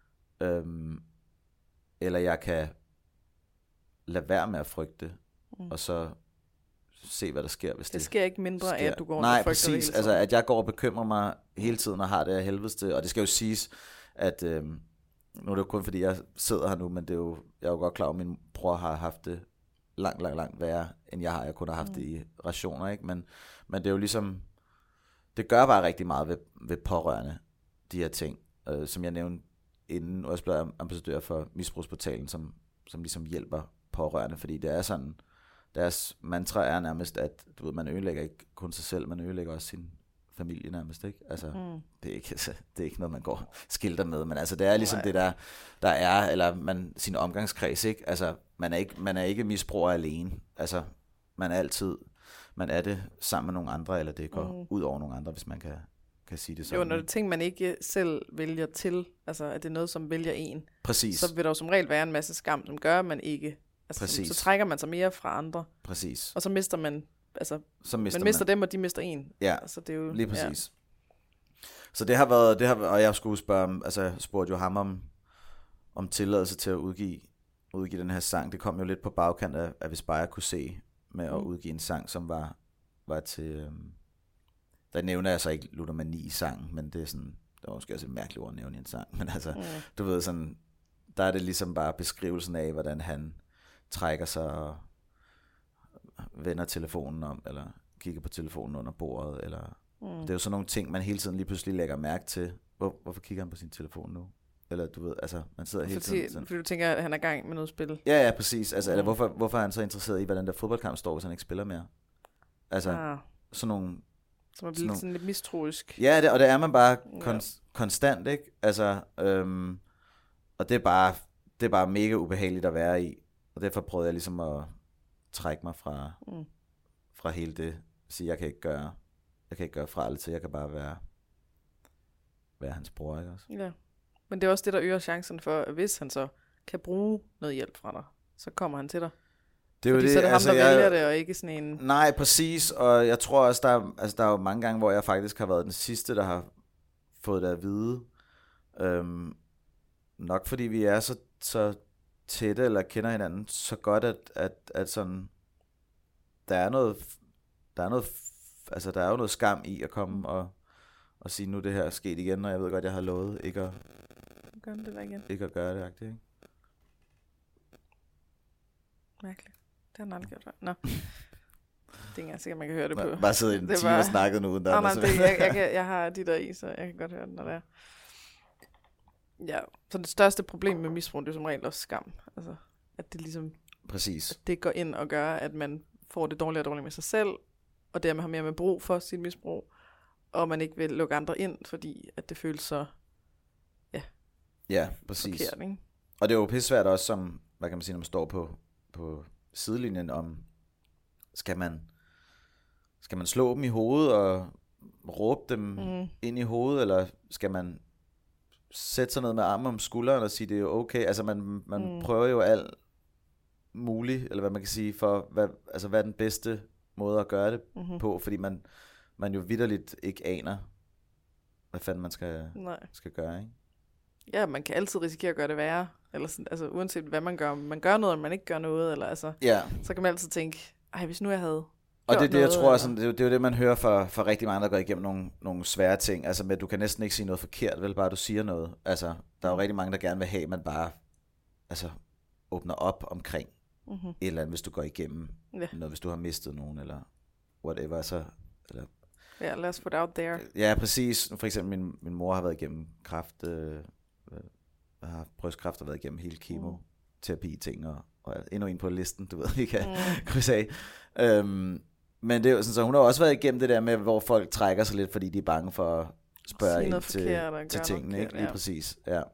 Eller jeg kan lade være med at frygte, og så se, hvad der sker, hvis det sker ikke mindre af, at du går og frygter. Nej, præcis. Altså, at jeg går og bekymrer mig hele tiden, og har det af helvedeste. Og det skal jo siges, at nu er det jo kun fordi, jeg sidder her nu, men det er jo, jeg er jo godt klar over, at min bror har haft det langt værre, end jeg har. Jeg kun har haft det i rationer, ikke? Men det er jo ligesom, det gør bare rigtig meget ved pårørende, de her ting. Som jeg nævnte inden, også blev ambassadør for Misbrugsportalen, som ligesom hjælper pårørende, fordi det er sådan, deres mantra er nærmest, at du ved, man ødelægger ikke kun sig selv, man ødelægger også sin familie nærmest, ikke? Altså, det er ikke noget, man går skilter med, men altså, det er ligesom det, der er, eller sin omgangskreds, ikke? Altså, man er ikke misbruger alene. Altså, man er det sammen med nogle andre, eller det går ud over nogle andre, hvis man kan sige det sådan. Jo, når det er ting, man ikke selv vælger til, altså, at det er noget, som vælger en. Præcis. Så vil der jo som regel være en masse skam, som gør, at man ikke. Altså, så trækker man sig mere fra andre. Præcis. Og så mister man, altså, man mister dem, og de mister en. Ja, altså, det er jo, lige præcis. Ja. Så det har været, og jeg skulle spørge, altså jeg spurgte jo ham om tilladelse til at udgive den her sang. Det kom jo lidt på bagkant af, at hvis bare jeg kunne se med at udgive en sang, som var til, der nævner jeg så ikke ludomani-sang, men det er sådan, det var måske også et mærkeligt ord at nævne i en sang, men altså, du ved sådan, der er det ligesom bare beskrivelsen af, hvordan han trækker sig og vender telefonen om, eller kigger på telefonen under bordet, eller det er jo sådan nogle ting, man hele tiden lige pludselig lægger mærke til. Hvorfor kigger han på sin telefon nu? Eller du ved, altså, man sidder hele tiden sådan. Fordi du tænker, at han er i gang med noget spil. Ja, præcis. Altså, eller hvorfor er han så interesseret i, hvordan der fodboldkamp står, hvis han ikke spiller mere? Altså, sådan nogle. Som er blevet sådan lidt mistroisk. Ja, og det er man bare konstant, ikke? Altså, og det er bare mega ubehageligt at være i. Og derfor prøvede jeg ligesom at trække mig fra hele det. Sige, jeg kan ikke gøre fra alt til, jeg kan bare være hans bror, ikke også? Ja, men det er også det, der øger chancen for, at hvis han så kan bruge noget hjælp fra dig, så kommer han til dig. Det er jo fordi det, så er det ham, der vælger det, og ikke sådan en. Nej, præcis, og jeg tror også, der er jo mange gange, hvor jeg faktisk har været den sidste, der har fået det at vide. Nok fordi vi er så tætte, eller kender hinanden så godt, at sådan, der er noget der er jo noget skam i at komme og sige, nu det her er sket igen, og jeg ved godt, jeg har lovet ikke at gøre det der igen. Ikke at gøre det, ikke? Mærkeligt. Det har han aldrig gjort før. Nå. Det er ikke sikkert, man kan høre det på. Bare sidde en time og snakke nu uden der. Jeg har de der i, så jeg kan godt høre det, når det er. Ja, så det største problem med misbrug, det er som regel også skam. Altså, at det ligesom... Præcis. At det går ind og gør, at man får det dårligere og dårligere med sig selv, og dermed har mere med brug for sit misbrug, og man ikke vil lukke andre ind, fordi at det føles så... Ja, præcis. Forkert, ikke? Og det er jo pissesvært også, som, hvad kan man sige, når man står på sidelinjen, om skal man slå dem i hovedet og råbe dem ind i hovedet, eller skal man sætte sig ned med armen om skulderen og sige, det er jo okay. Altså man prøver jo alt muligt, eller hvad man kan sige, for hvad er den bedste måde at gøre det på, fordi man jo vitterligt ikke aner, hvad fanden man skal gøre, ikke? Ja, man kan altid risikere at gøre det værre, eller sådan, altså uanset hvad man gør, man gør noget, eller man ikke gør noget, eller altså, så kan man altid tænke, hvis nu jeg havde og det er det, jeg tror, sådan, det er jo det, man hører fra rigtig mange, der går igennem nogle svære ting, altså med, du kan næsten ikke sige noget forkert, vel bare du siger noget, altså, der er jo rigtig mange, der gerne vil have, at man bare, altså, åbner op omkring et eller andet, hvis du går igennem noget, hvis du har mistet nogen, eller whatever, så, eller... Ja, lad os put out there. Ja, præcis, for eksempel min mor har været igennem kræft, har brystkræft og været igennem hele kemoterapi-ting, og endnu en på listen, du ved, vi kan krydse af. Men det er jo sådan, så hun har også været igennem det der med, hvor folk trækker sig lidt, fordi de er bange for at spørge ind til tingene, ikke? Lige præcis, ja.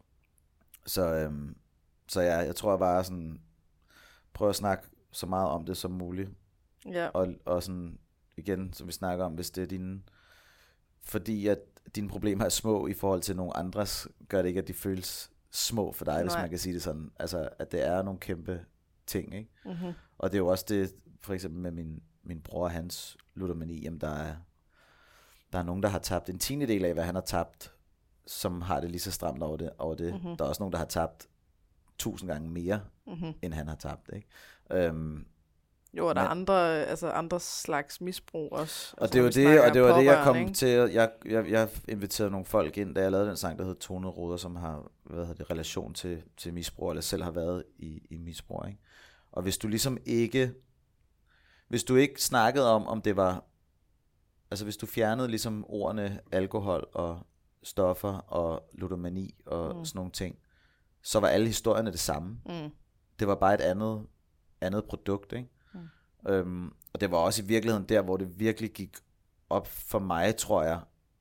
Så ja, jeg tror bare sådan, prøv at snakke så meget om det som muligt. Ja. Og sådan, igen, som vi snakker om, hvis det er fordi at dine problemer er små i forhold til nogle andres, gør det ikke, at de føles små for dig, hvis man kan sige det sådan. Altså, at det er nogle kæmpe ting, ikke? Og det er jo også det, for eksempel med min bror og hans ludomani, jamen der er nogen, der har tabt en 10. af, hvad han har tabt, som har det lige så stramt over det. Der er også nogen, der har tabt 1000 gange mere, end han har tabt, ikke? Jo, og der er andre slags misbrug også. Og det var det, jeg kom til. Jeg inviterede nogle folk ind, da jeg lavede den sang, der hed Tone Ruder, som har relation til misbrug, eller selv har været i misbrug, ikke? Og hvis du ikke snakkede om det var, altså hvis du fjernede ligesom ordene alkohol og stoffer og ludomani og sådan nogle ting, så var alle historierne det samme. Det var bare et andet produkt, ikke? Og det var også i virkeligheden der, hvor det virkelig gik op for mig, tror jeg,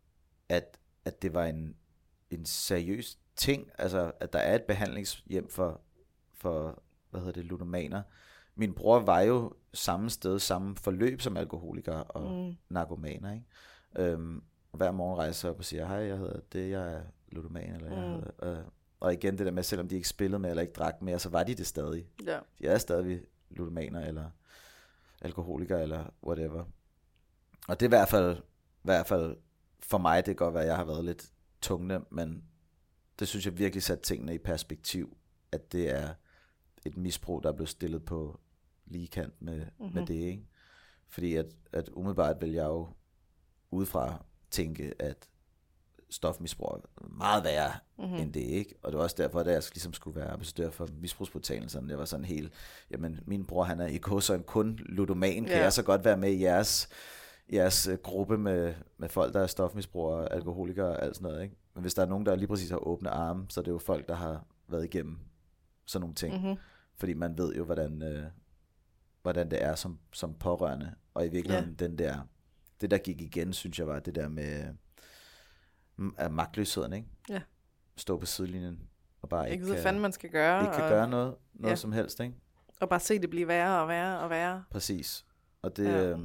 at det var en seriøs ting, altså at der er et behandlingshjem for ludomaner. Min bror var jo samme sted, samme forløb som alkoholikere og narkomaner, ikke? Hver morgen rejser jeg op og siger, hej, jeg hedder det, jeg er ludoman, eller jeg hedder, og igen det der med, selvom de ikke spillede med eller ikke drak mere, så var de det stadig. Ja. De er stadig ludomaner eller alkoholikere eller whatever. Og det er i hvert fald for mig, det kan godt være, at jeg har været lidt tungne, men det synes jeg virkelig satte tingene i perspektiv, at det er et misbrug, der er blevet stillet på lige kant med det, ikke? Fordi at umiddelbart vil jeg jo udefra tænke, at stofmisbrug er meget værre end det, ikke? Og det var også derfor, at jeg ligesom skulle være ambassadør for misbrugsportalen, sådan det var sådan helt, jamen min bror, han er i kursen kun ludoman, kan jeg så godt være med i jeres gruppe med folk, der er stofmisbrugere, alkoholikere og alt sådan noget, ikke? Men hvis der er nogen, der lige præcis har åbne arme, så er det jo folk, der har været igennem sådan nogle ting. Fordi man ved jo, hvordan det er som pårørende. Og i virkeligheden, det der gik igen, synes jeg var det der med magtløsheden, ikke? Ja. Stå på sidelinjen og bare ikke ved, fanden man skal gøre. Ikke kan gøre noget som helst, ikke? Og bare se det blive værre og værre og værre. Præcis. Og det,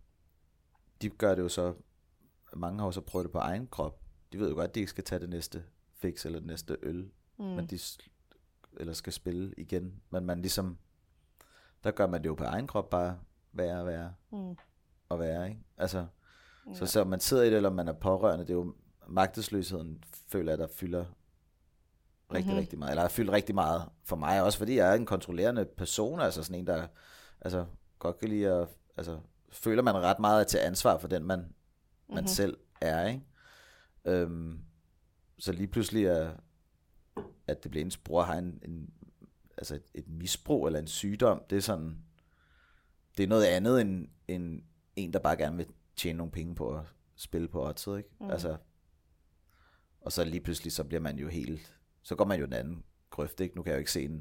de gør det jo så, mange har jo så prøvet det på egen krop. De ved jo godt, at de ikke skal tage det næste fix eller det næste øl, men eller skal spille igen. Men man ligesom, der gør man det jo på egen krop bare værre og værre, ikke? Altså, så man sidder i det, eller man er pårørende, det er jo magtesløsheden, føler jeg, der fylder rigtig meget, eller har fyldt rigtig meget for mig, også fordi jeg er en kontrollerende person, altså sådan en, der godt kan lide at føler man ret meget til ansvar for den, man selv er, ikke? Så lige pludselig at det bliver ens bror har altså et misbrug eller en sygdom, det er sådan, det er noget andet end en, der bare gerne vil tjene nogle penge på at spille på oddset, ikke? Altså, og så lige pludselig, så bliver man jo så går man jo den anden grøft, ikke? Nu kan jeg jo ikke se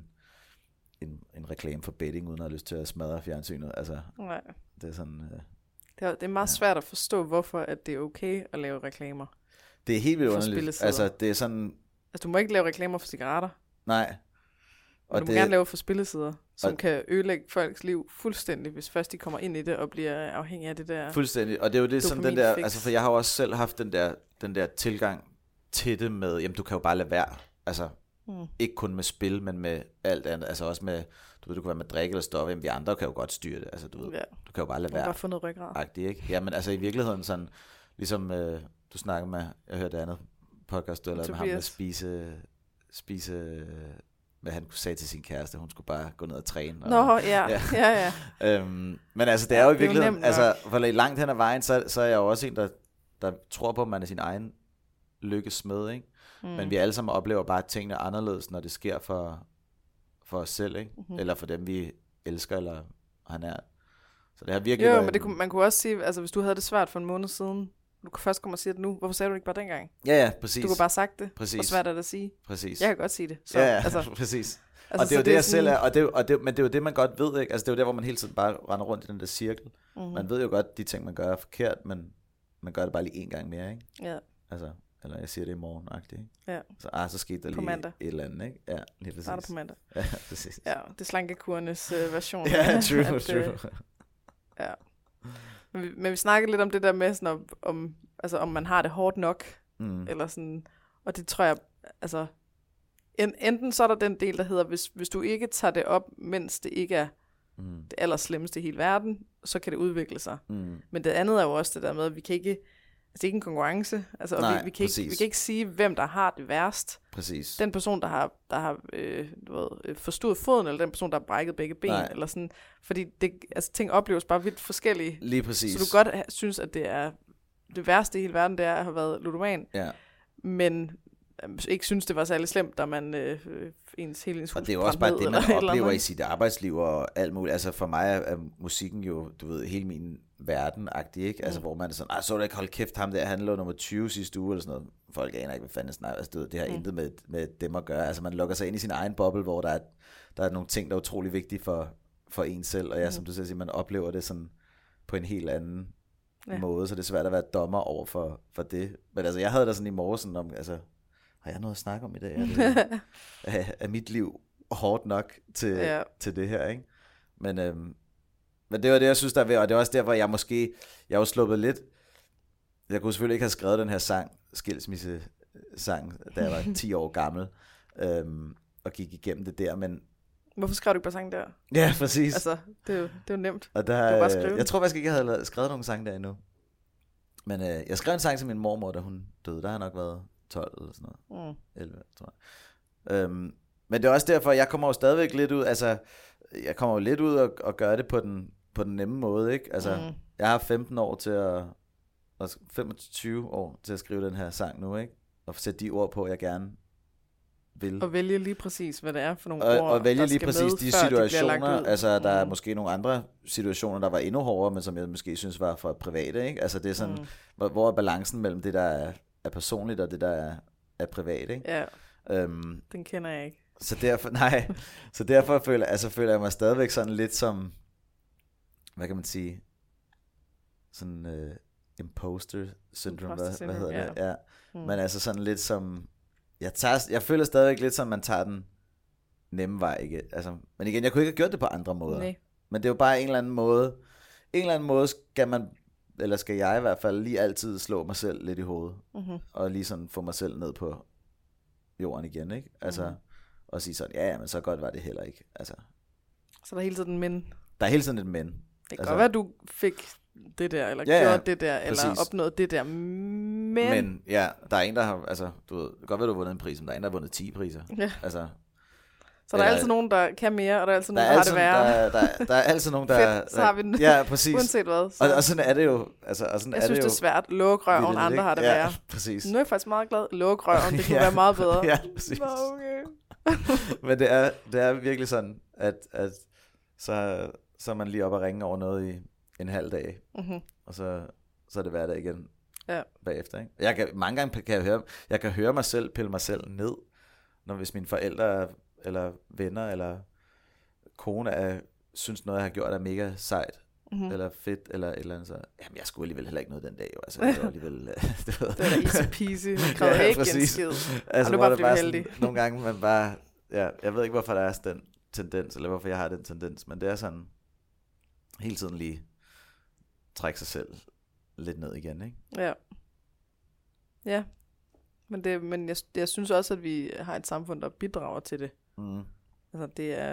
en reklame for betting, uden at have lyst til at smadre fjernsynet, altså. Nej. Det er sådan... Det er meget svært at forstå, hvorfor at det er okay at lave reklamer. Det er helt vildt underligt. Altså, det er sådan... Altså, du må ikke lave reklamer for cigaretter. Nej. Og du må gerne lave for spillesider, som kan ødelægge folks liv fuldstændig, hvis først de kommer ind i det og bliver afhængige af det der. Fuldstændig. Og det er jo det, som den der... Altså, for jeg har jo også selv haft den der tilgang til det med, jamen, du kan jo bare lade være. Altså, ikke kun med spil, men med alt andet. Altså også med, du kan være med drik eller stoffer, jamen vi andre kan jo godt styre det. Altså du ved, du kan jo bare lade være. Bare få noget ryggrad. Ikke? Ja, men altså i virkeligheden sådan, ligesom du snakker med, jeg hørte andet podcast, eller med ham med spise, hvad han sagde til sin kæreste, hun skulle bare gå ned og træne. Ja. Men altså det er jo i virkeligheden, altså for langt hen ad vejen, så er jeg jo også en, der tror på, at man er sin egen lykkes smed, ikke? Men vi alle sammen oplever bare tingene anderledes, når det sker for os selv, ikke? Eller for dem, vi elsker, eller han er. Så det har virkelig været... men man kunne også sige, altså hvis du havde det svært for en måned siden, du kan først komme og sige det nu, hvorfor sagde du ikke bare dengang? Ja, præcis. Du kunne bare sagt det. Præcis. Hvor svært er det at sige? Præcis. Jeg kan godt sige det. Så, altså, præcis. Altså, og det er jo det, jeg selv er, men det er jo det, man godt ved, ikke? Altså det er jo der, hvor man hele tiden bare render rundt i den der cirkel. Man ved jo godt, de ting, man gør er forkert, men man gør det bare lige en gang mere, ikke? Ja. Altså, eller jeg siger det i morgen-agtigt, ikke? Ja. Så skete der lige et eller andet, ikke? Ja, lige præcis. Starter på mandag. Ja, præcis. Ja, det er slankekurernes version. Ja, true. Ja. Men vi snakkede lidt om det der med, sådan, om man har det hårdt nok, eller sådan, og det tror jeg, altså, enten så er der den del, der hedder, hvis du ikke tager det op, mens det ikke er det allerslemmeste i hele verden, så kan det udvikle sig. Men det andet er jo også det der med, at vi kan ikke, altså det er ikke en konkurrence, altså, og nej, vi kan ikke sige, hvem der har det værst. Præcis. Den person, der har forstået foden, eller den person, der har brækket begge ben, eller sådan, fordi ting opleves bare vidt forskellige. Lige præcis. Så du godt synes, at det er det værste i hele verden, det er at have været ludoman, men ikke synes, det var særlig slemt, da man ens hele ens hus. Og det er jo også bare det, man oplever i sit arbejdsliv og alt muligt. Altså for mig er musikken jo, du ved, hele min verden-agtig, ikke? Altså hvor man er sådan, så er du ikke, hold kæft, ham der, han lå nummer 20 sidste uge, eller sådan noget. Folk aner ikke, hvad fanden snakker. Altså det har intet med dem at gøre. Altså man lukker sig ind i sin egen boble, hvor der er nogle ting, der er utrolig vigtige for en selv. Og som du siger, man oplever det sådan på en helt anden måde, så det er svært at være dommer over for det. Men altså jeg havde da sådan i morgen sådan om, altså har jeg noget at snakke om i dag? Er mit liv hårdt nok til det her, ikke? Men det var det, jeg synes, der er ved, og det er også derfor, jeg har jo sluppet lidt. Jeg kunne selvfølgelig ikke have skrevet den her skilsmisse-sang, da jeg var 10 år gammel, og gik igennem det der, men... Hvorfor skrev du ikke bare sang der? Ja, præcis. Altså, det er jo nemt. Og jeg tror faktisk ikke, jeg havde skrevet nogen sang der endnu. Men jeg skrev en sang til min mormor, da hun døde. Der har nok været 12 eller sådan noget. 11, tror jeg. Men det er også derfor, jeg kommer jo stadigvæk lidt ud, altså, jeg kommer jo lidt ud og gør det på den nemme måde, ikke? Altså, jeg har 15 år til at, 25 år til at skrive den her sang nu, ikke? Og sætte de ord på, jeg gerne vil. Og vælge lige præcis, hvad det er for nogle ord, og vælge lige præcis de situationer, altså der er måske nogle andre situationer, der var endnu hårdere, men som jeg måske synes var for private, ikke? Altså det er sådan, hvor er balancen mellem det, der er personligt, og det, der er privat, ikke? Ja, den kender jeg ikke. Så derfor føler jeg mig stadigvæk sådan lidt som, hvad kan man sige, sådan imposter syndrome, hvad hedder det? Ja. Men altså sådan lidt som, jeg føler stadigvæk lidt som, man tager den nemme vej, ikke? Altså, men igen, jeg kunne ikke have gjort det på andre måder. Nej. Men det er jo bare en eller anden måde skal jeg i hvert fald lige altid slå mig selv lidt i hovedet, og lige sådan få mig selv ned på jorden igen, ikke? Altså, og sige sådan, ja, men så godt var det heller ikke. Altså, så der er hele tiden men. Der er hele tiden et men. Det kan godt være, at du fik det der, eller gjorde det der, eller opnået det der, men ja, der er en, der har, altså, du ved, det kan godt være, du har vundet en pris, men der er en, der har vundet 10 priser. Ja. Altså, Så der er altid nogen, der kan mere, og der er altid nogen, der har det værre. Der er altid nogen, der... Fedt, så har vi den. Ja, præcis. Uanset hvad. Og sådan er det jo. Altså, og sådan jeg synes, det er svært. Lukkerøven, andre har det værre. Ja, præcis. Nu er jeg faktisk meget glad. Lukkerøven, det kunne være meget bedre. Ja, præcis. Okay. Men det er virkelig sådan, at så er man lige oppe og ringe over noget i en halv dag. Mm-hmm. Og så er det hverdag igen bagefter. Ikke? Mange gange kan jeg høre mig selv pille mig selv ned, hvis mine forældre eller venner eller kone synes noget, jeg har gjort er mega sejt, eller fedt, eller et eller andet, så jamen, jeg skulle alligevel heller ikke noget den dag, jo. Altså, det var alligevel... det var da easy peasy, man krævede ikke en skid. Altså, hvor det bare sådan, nogle gange, man bare... Ja, jeg ved ikke, hvorfor der er den tendens, eller hvorfor jeg har den tendens, men det er sådan, hele tiden lige trække sig selv lidt ned igen, ikke? Ja. Ja. Men jeg synes også, at vi har et samfund, der bidrager til det. Mm. Altså, det er...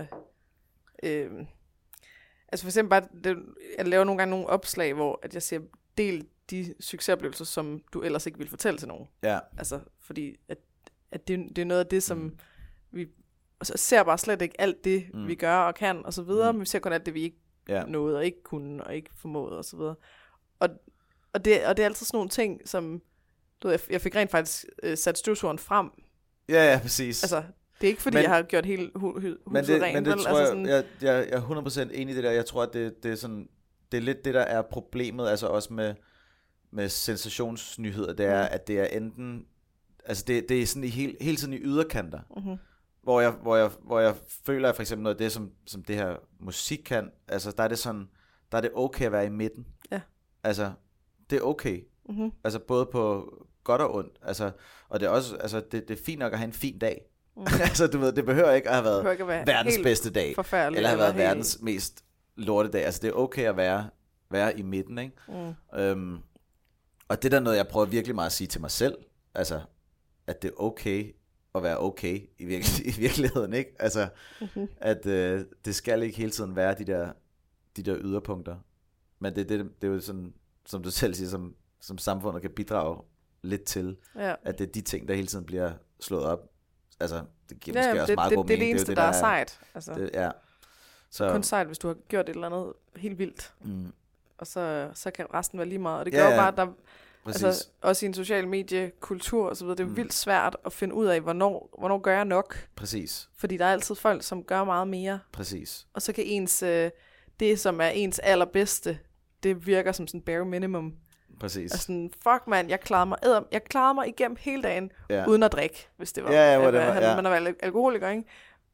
altså for eksempel bare, jeg laver nogle gange nogle opslag, hvor at jeg siger, del de succesoplevelser, som du ellers ikke vil fortælle til nogen. Ja. Altså, fordi at det er noget af det, som vi ser bare slet ikke alt det, vi gør og kan, og så videre, men vi ser kun alt det, vi ikke nåede, og ikke kunne, og ikke formåede, og så videre. Og det er altid sådan nogle ting, som, du ved, jeg fik rent faktisk sat støvsugeren frem. Ja, præcis. Altså, det er ikke fordi, jeg har gjort hele huset rent. Men det tror jeg, jeg er 100% enig i det der. Jeg tror, at det er sådan, det er lidt det, der er problemet, altså også med sensationsnyheder, det er, at det er enten, altså det er sådan hele tiden i yderkanter, hvor jeg føler, at for eksempel noget af det, som det her musik kan, altså der er det okay at være i midten. Ja. Altså, det er okay. Mm-hmm. Altså både på godt og ondt. Altså, og det er også, altså det er fint nok at have en fin dag. Altså du ved, det behøver ikke at have været verdens bedste dag, eller have været verdens mest lortedag. Altså det er okay at være i midten, ikke? Og det er noget, jeg prøver virkelig meget at sige til mig selv. Altså, at det er okay at være okay i virkeligheden, ikke? Altså, at det skal ikke hele tiden være de der yderpunkter. Men det er jo sådan, som du selv siger, som samfundet kan bidrage lidt til, at det er de ting, der hele tiden bliver slået op. Altså, det giver måske også meget god mening. Det er det eneste, der er sejt. Altså, det. Så kun sejt, hvis du har gjort et eller andet helt vildt. Og så kan resten være lige meget. Og det gør bare, at der... Altså, også i en social mediekultur og så videre, det er vildt svært at finde ud af, hvornår gør jeg nok. Præcis. Fordi der er altid folk, som gør meget mere. Præcis. Og så kan det, som er ens allerbedste, det virker som sådan bare minimum. Præcis. Og sådan, fuck man, jeg klarede mig igennem hele dagen, uden at drikke, hvis det var. Man har været alkoholiker, ikke?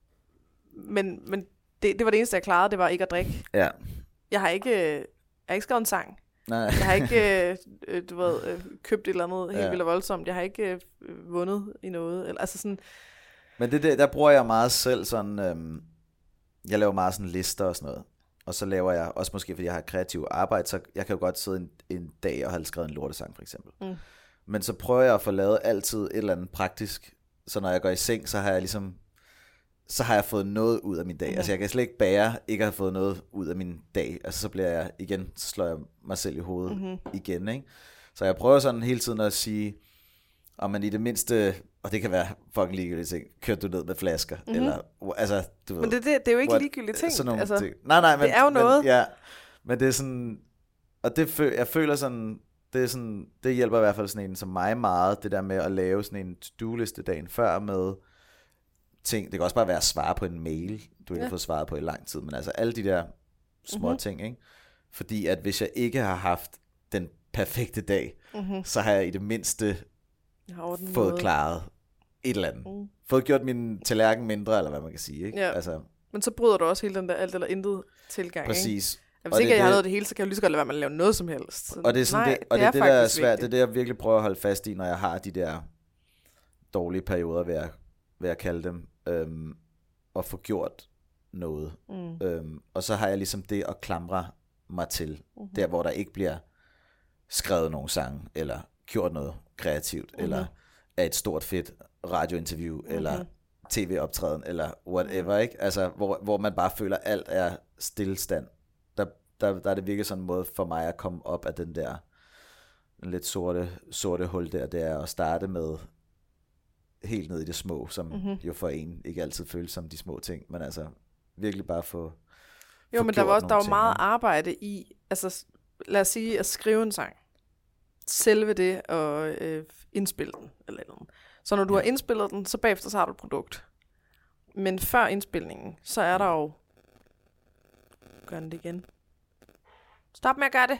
Men det var det eneste, jeg klarede, det var ikke at drikke. Ja. Jeg har ikke skrevet en sang. Nej. Jeg har ikke, købt et eller andet helt vildt voldsomt. Jeg har ikke vundet i noget. Altså sådan. Men der bruger jeg meget selv sådan, jeg laver meget sådan lister og sådan noget. Og så laver jeg, også måske fordi jeg har kreativ arbejde, så jeg kan jo godt sidde en dag og have skrevet en lortesang for eksempel. Men så prøver jeg at få lavet altid et eller andet praktisk. Så når jeg går i seng, så har jeg fået noget ud af min dag. Altså jeg kan slet ikke bære ikke at have fået noget ud af min dag. Altså så bliver jeg igen, så slår jeg mig selv i hovedet igen, ikke? Så jeg prøver sådan hele tiden at sige, om man i det mindste, og det kan være fucking ligegyldigt ting, kørte du ned med flasker, eller, altså, du ved. Men det er jo ikke ligegyldigt ting. Sådan nogle altså, ting. Nej, men, det er jo noget. Men det er sådan, og jeg føler sådan, det hjælper i hvert fald sådan en som mig meget, det der med at lave sådan en to-do-liste dagen før med ting. Det kan også bare være at svare på en mail, du ikke har fået svaret på i lang tid, men altså alle de der små ting, ikke? Fordi at hvis jeg ikke har haft den perfekte dag, så har jeg i det mindste fået klaret et eller andet. Fået gjort min tallerken mindre, eller hvad man kan sige, ikke? Ja. Altså, men så bryder du også hele den der alt eller intet tilgang, præcis. Ikke? Hvis ikke jeg har noget af det hele, så kan jeg jo lige så godt lade være med at lave noget som helst. Så og det er sådan det er det der er svært. Det er det, jeg virkelig prøver at holde fast i, når jeg har de der dårlige perioder, vil jeg kalde dem, og få gjort noget. Og så har jeg ligesom det at klamre mig til, der hvor der ikke bliver skrevet nogen sange, eller gjort noget kreativt, eller er et stort fedt radiointerview, eller tv-optræden, eller whatever, ikke? Altså, hvor man bare føler, at alt er stillestand. Der er det virkelig sådan en måde for mig at komme op af den der lidt sorte hul der, det er at starte med helt ned i det små, som jo for en ikke altid føles som de små ting, men altså virkelig bare få Jo, men der var meget ting, arbejde i, altså lad os sige, at skrive en sang. Selve det og indspille den. Eller noget. Så når du har indspillet den, så bagefter så har du et produkt. Men før indspilningen, så er der jo... Gør den det igen. Stop med at gøre det.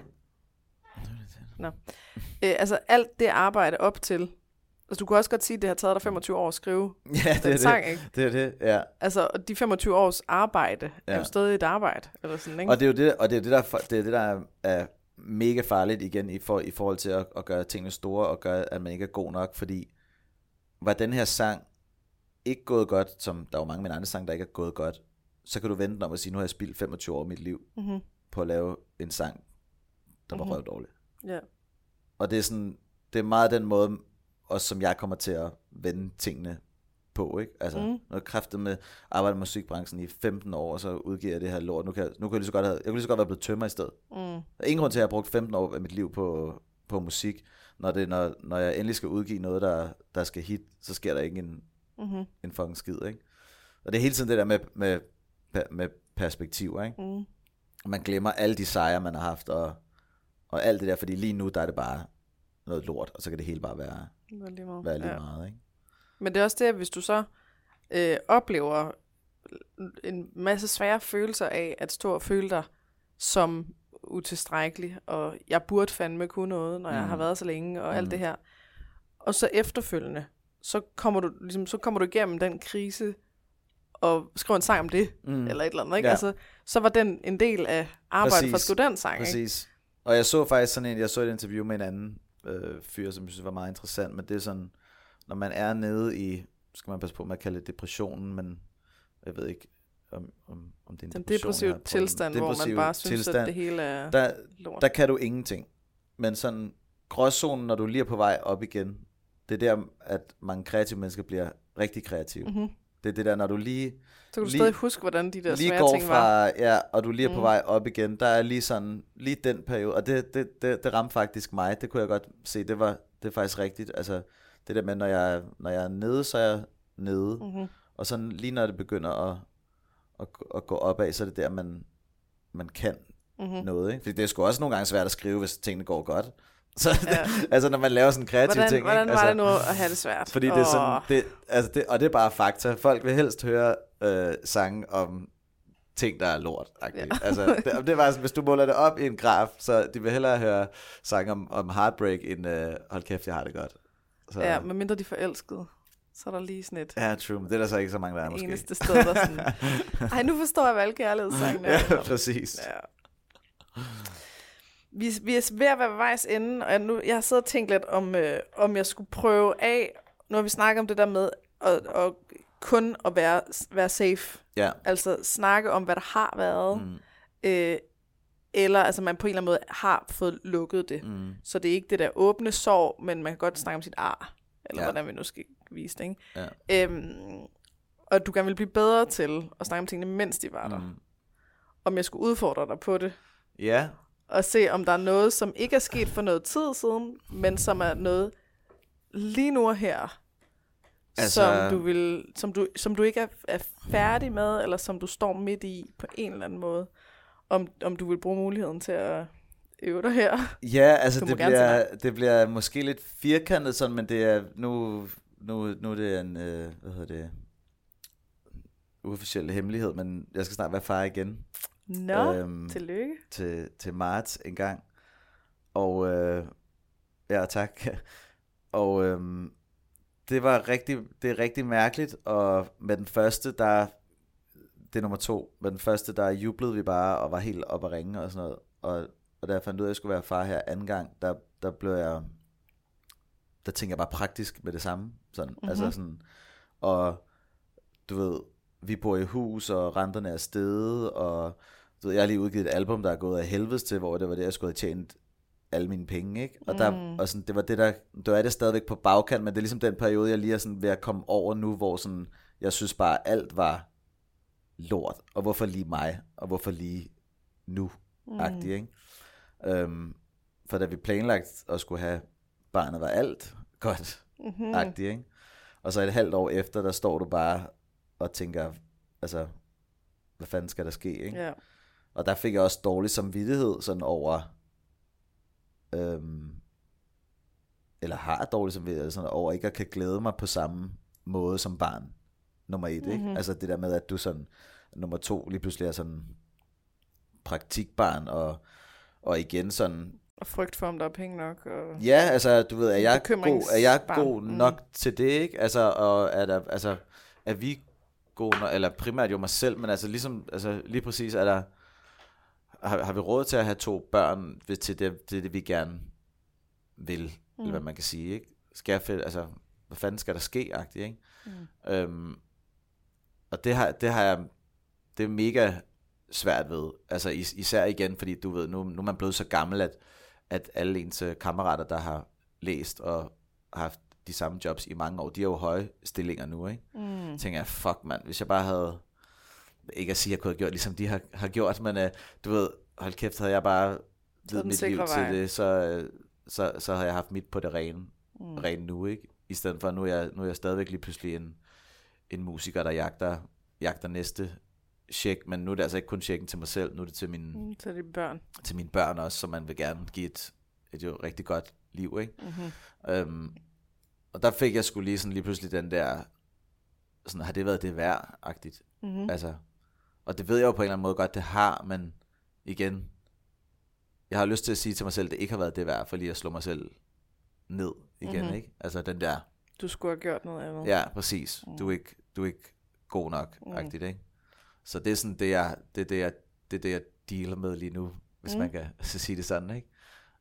Nå. Altså alt det arbejde op til... Altså du kunne også godt sige, at det har taget dig 25 år at skrive den sang, ikke? Det er det, ja. Altså, og de 25 års arbejde er jo stadig et arbejde, eller sådan, ikke? Og det er jo det, der er mega farligt igen i forhold til at gøre tingene store, og gøre, at man ikke er god nok, fordi var den her sang ikke gået godt, som der er jo mange af mine andre sange, der ikke er gået godt, så kan du vente den om at sige, nu har jeg spildt 25 år af mit liv på at lave en sang, der var røvdårlig. Ja. Og det er sådan, det er meget den måde, også som jeg kommer til at vende tingene på, ikke? Altså, når jeg kræftet med arbejde med musikbranchen i 15 år, og så udgiver jeg det her lort. Nu kunne jeg lige så godt være blevet tømmer i stedet. Der er ingen grund til, at jeg har brugt 15 år af mit liv på musik. Når jeg endelig skal udgive noget, der skal hit, så sker der ikke en fucking skid, ikke? Og det er hele tiden det der med perspektiver, ikke? Man glemmer alle de sejre, man har haft, og alt det der, fordi lige nu, der er det bare noget lort, og så kan det hele bare være lige meget, ikke? Men det er også det, at hvis du så oplever en masse svære følelser af at stå og føle dig som utilstrækkelig, og jeg burde fandme kunne noget, når jeg har været så længe, og alt det her. Og så efterfølgende, så kommer du igennem den krise, og skriver en sang om det, eller et eller andet, ikke? Ja. Altså, så var den en del af arbejdet for at skrive den sang, Præcis. Ikke? Og jeg så faktisk jeg så et interview med en anden fyr, som jeg synes var meget interessant, men det er sådan, når man er nede i, skal man passe på med at kalde det depressionen, men jeg ved ikke, om det er en den depressive tilstand, hvor man bare synes, at det hele er lort. Der kan du ingenting. Men sådan gråzonen, når du lige er på vej op igen, det er der, at mange kreative mennesker bliver rigtig kreative. Det er det der, når du lige... Så kan du stadig huske, hvordan de der svære ting var. Ja, og du lige er på vej op igen. Der er lige den periode, og det ramte faktisk mig. Det kunne jeg godt se, det er faktisk rigtigt. Altså, det der med, når jeg er nede, så er jeg nede. Og sådan lige når det begynder at gå opad, så er det der, man kan noget. Ikke? Fordi det er sgu også nogle gange svært at skrive, hvis tingene går godt. Så altså når man laver sådan en kreativ ting. Hvordan var det nu at have det svært? Fordi det er sådan, og det er bare fakta. Folk vil helst høre sange om ting, der er lort. Ja. Altså, det er bare sådan, hvis du måler det op i en graf, så de vil hellere høre sange om heartbreak, end hold kæft, jeg har det godt. Så. Ja, medmindre de er forelskede. Så er der lige sådan et... Ja, true, men det er der så ikke så mange, der er måske. Eneste sted, der sådan... Ej, nu forstår jeg, hvad alle kærlighedssangene er. Ja, præcis. Ja. Vi er ved at være ved vejs ende, og jeg har siddet og tænkt lidt om jeg skulle prøve af, nu har vi snakket om det der med at kun at være safe. Ja. Altså snakke om, hvad der har været, eller altså man på en eller anden måde har fået lukket det. Så det er ikke det der åbne sår, men man kan godt snakke om sit ar, eller hvordan vi nu skal vise det, ikke? Ja. Og du gerne vil blive bedre til at snakke om tingene, mens de var der. Om jeg skulle udfordre dig på det. Ja. Og se, om der er noget, som ikke er sket for noget tid siden, men som er noget lige nu og her, altså... som du ikke er færdig med, eller som du står midt i på en eller anden måde. Om du vil bruge muligheden til at øve dig her. Ja, altså det bliver måske lidt firkantet sådan, men det er nu er det en uofficiel hemmelighed, men jeg skal snart være far igen. Tillykke. Til marts en gang. Og ja, tak. Og det er rigtig mærkeligt, og med den første, det er nummer 2, med den første, der jublede vi bare, og var helt op at ringe og sådan noget, og da jeg fandt ud af, at jeg skulle være far her anden gang, der tænkte jeg bare praktisk med det samme, sådan, altså sådan, og du ved, vi bor i hus, og renterne er steget, og du ved, jeg har lige udgivet et album, der er gået af helvedes til, hvor det var det, jeg skulle have tjent alle mine penge, ikke? Og sådan, det er det stadigvæk på bagkant, men det er ligesom den periode, jeg lige er sådan ved at komme over nu, hvor sådan, jeg synes bare, alt var lort, og hvorfor lige mig, og hvorfor lige nu-agtigt, ikke? For da vi planlagt at skulle have barnet, var alt godt-agtigt, ikke? Og så et halvt år efter, der står du bare og tænker, altså, hvad fanden skal der ske, ikke? Ja. Og der fik jeg også dårlig samvittighed sådan over, eller har dårlig samvittighed sådan over ikke at kan glæde mig på samme måde som barn nummer 1, ikke? Altså det der med, at du sådan, nummer 2 lige pludselig er sådan praktikbarn, og igen sådan... Og frygt for, om der er penge nok. Og ja, altså du ved, er jeg god nok til det, ikke? Altså, og er vi gode nok, eller primært jo mig selv, men altså ligesom, altså lige præcis er der, har vi råd til at have 2 børn til det vi gerne vil, eller hvad man kan sige, ikke? Skal jeg altså, hvad fanden skal der ske, agtigt, ikke? Og det er mega svært ved, altså især igen, fordi du ved, nu er man blevet så gammel, at alle ens kammerater, der har læst og haft de samme jobs i mange år, de er jo høje stillinger nu, ikke? Tænker jeg, fuck mand, hvis jeg bare havde, ikke at sige, at jeg kunne have gjort, ligesom de har gjort, men du ved, hold kæft, havde jeg bare givet mit liv til det, så havde jeg haft mit på det rene nu, ikke? I stedet for, nu er jeg stadigvæk lige pludselig en musiker, der jagter næste check, men nu er det altså ikke kun checken til mig selv, nu er det til mine børn. Til mine børn også, så man vil gerne give et jo rigtig godt liv, ikke? Og der fik jeg sgu lige pludselig den der, sådan, har det været det værd-agtigt? Altså, og det ved jeg jo på en eller anden måde godt, det har, men igen, jeg har lyst til at sige til mig selv, det ikke har været det værd, for lige at slå mig selv ned igen, ikke? Altså den der... Du skulle have gjort noget andet. Ja, præcis. Du er ikke god nok-agtigt, ikke? Så det er sådan det jeg dealer med lige nu, hvis man kan sige det sådan, ikke?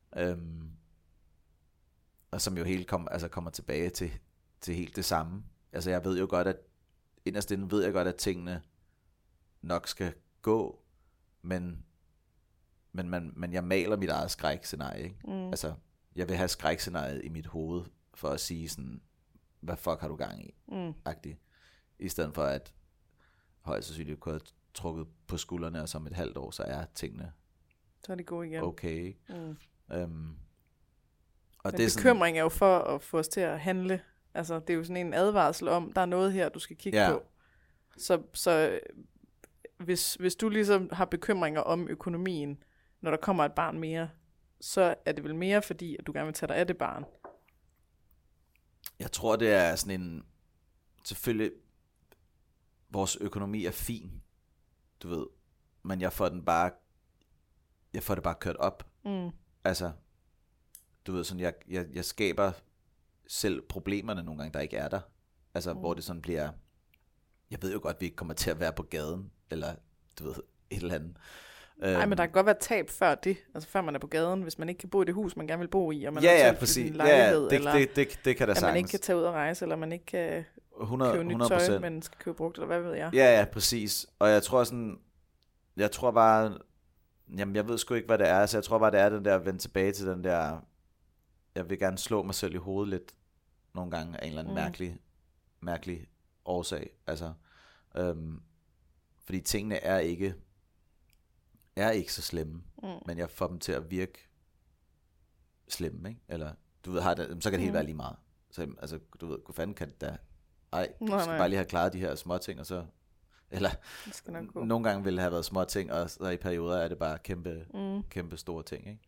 Og som jo helt kommer tilbage til helt det samme. Altså jeg ved jo godt, at inderst inden ved jeg godt, at tingene nok skal gå, men jeg maler mit eget skrækscenarie, ikke? Altså jeg vil have skrækscenariet i mit hoved for at sige sådan, hvad fuck har du gang i? Agtigt. I stedet for at højst sandsynligt kunne have trukket på skuldrene, og som et halvt år, så er tingene så er det gode igen. Okay. Og men det er bekymring er jo for at få os til at handle. Altså, det er jo sådan en advarsel om, der er noget her, du skal kigge på. Så hvis du ligesom har bekymringer om økonomien, når der kommer et barn mere, så er det vel mere fordi, at du gerne vil tage dig af det barn. Jeg tror, det er sådan en... Selvfølgelig, vores økonomi er fin, du ved, men jeg får det bare kørt op. Altså, du ved, sådan, jeg skaber selv problemerne nogle gange, der ikke er der. Altså, hvor det sådan bliver... Jeg ved jo godt, vi ikke kommer til at være på gaden, eller du ved, et eller andet. Nej, men der kan godt være tab før det, altså før man er på gaden, hvis man ikke kan bo i det hus, man gerne vil bo i, og man har præcis. En lejlighed, eller det kan der at man ikke kan tage ud og rejse, eller man ikke kan 100, købe nyt tøj, men skal købe brugt, eller hvad ved jeg. Ja, præcis. Og jeg tror bare, jamen jeg ved sgu ikke, hvad det er, så jeg tror bare, det er den der, at vende tilbage til den der, jeg vil gerne slå mig selv i hovedet lidt, nogle gange af en eller anden mærkelig årsag, altså, fordi tingene er ikke så slemme, men jeg får dem til at virke slemme, ikke? Eller, du ved, så kan det helt være lige meget. Så, altså, du ved, hvor fanden kan det da? Du skal bare lige have klaret de her små ting, og så, eller, nogle gange ville det have været små ting, og så i perioder er det bare kæmpe store ting, ikke?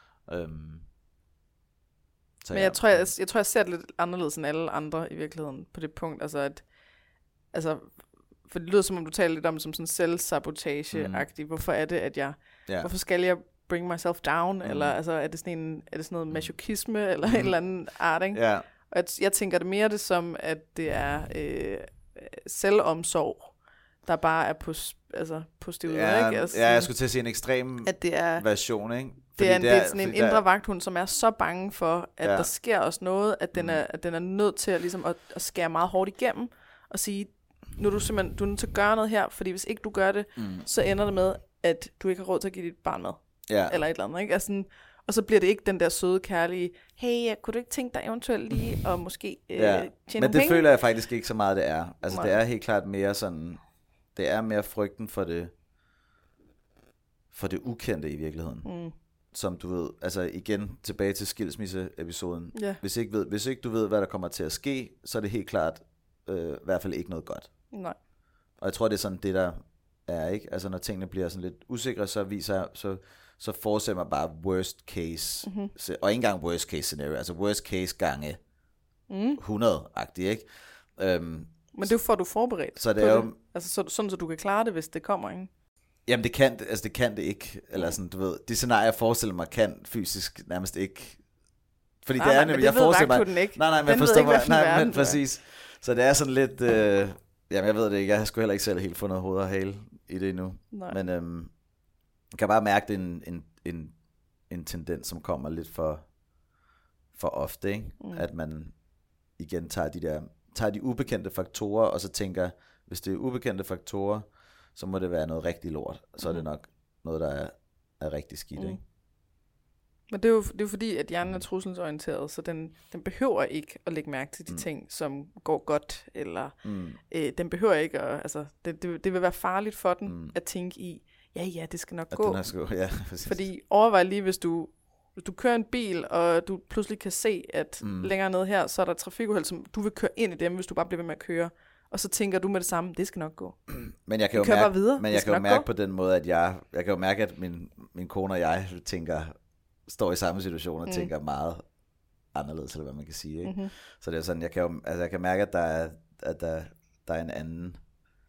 Men jeg tror, jeg ser det lidt anderledes end alle andre i virkeligheden på det punkt, altså for det lyder som om du taler lidt om som sådan selvsabotage-agtigt. Hvorfor er det at hvorfor skal jeg bring myself down, eller altså er det sådan noget masochisme eller en eller anden art, ikke? Og jeg tænker det mere det som at det er selvomsorg, der bare er på stivet, ikke? Altså, jeg skulle til at sige en ekstrem version, ikke? Det er sådan en indre vagthund, som er så bange for, at der sker også noget, at den er nødt til at, ligesom, at skære meget hårdt igennem, og sige, nu er du er nødt til at gøre noget her, fordi hvis ikke du gør det, så ender det med, at du ikke har råd til at give dit barn mad. Eller et eller andet, ikke? Altså, og så bliver det ikke den der søde, kærlige, hey, kunne du ikke tænke dig eventuelt lige, og måske tjene men det penge? føler jeg faktisk ikke så meget, det er. Altså, det er helt klart mere sådan, det er mere frygten for det ukendte i virkeligheden, som du ved, altså igen tilbage til skilsmisse-episoden. Ja. Hvis ikke du ved, hvad der kommer til at ske, så er det helt klart i hvert fald ikke noget godt. Nej. Og jeg tror, det er sådan det, der er, ikke? Altså når tingene bliver sådan lidt usikre, så fortsætter man bare worst case, og ikke engang worst case scenario, altså worst case gange 100-agtigt, ikke? Men det er jo for, at du er forberedt så det er jo, det. Altså sådan, så du kan klare det, hvis det kommer, ikke? Jamen det kan det ikke, eller sådan, du ved, de scenarier, jeg forestiller mig, kan fysisk nærmest ikke, fordi det er nemlig, jeg forestiller mig, ikke. Nej, men forstår mig, men præcis, så det er sådan lidt, jamen jeg ved det ikke, jeg har sgu heller ikke selv helt fundet hoved og hale i det endnu, men jeg kan bare mærke, det er en tendens, som kommer lidt for ofte, ikke? At man igen tager de ubekendte faktorer, og så tænker, hvis det er ubekendte faktorer, så må det være noget rigtig lort. Så er det nok noget, der er rigtig skidt, ikke? Men det er jo fordi, at hjernen er trusselsorienteret, så den behøver ikke at lægge mærke til de ting, som går godt, eller den behøver ikke at, altså, det vil være farligt for den at tænke i, ja, det skal nok gå. Ja, fordi overvej lige, hvis du kører en bil, og du pludselig kan se, at længere nede her, så er der et trafikuheld, som du vil køre ind i dem, hvis du bare bliver ved med at køre. Og så tænker du med det samme, det skal nok gå. Men jeg kan jo mærke på den måde, at jeg kan jo mærke, at min kone og jeg står i samme situation og tænker meget anderledes, eller hvad man kan sige. Ikke? Så det er sådan, jeg kan mærke, at der er en anden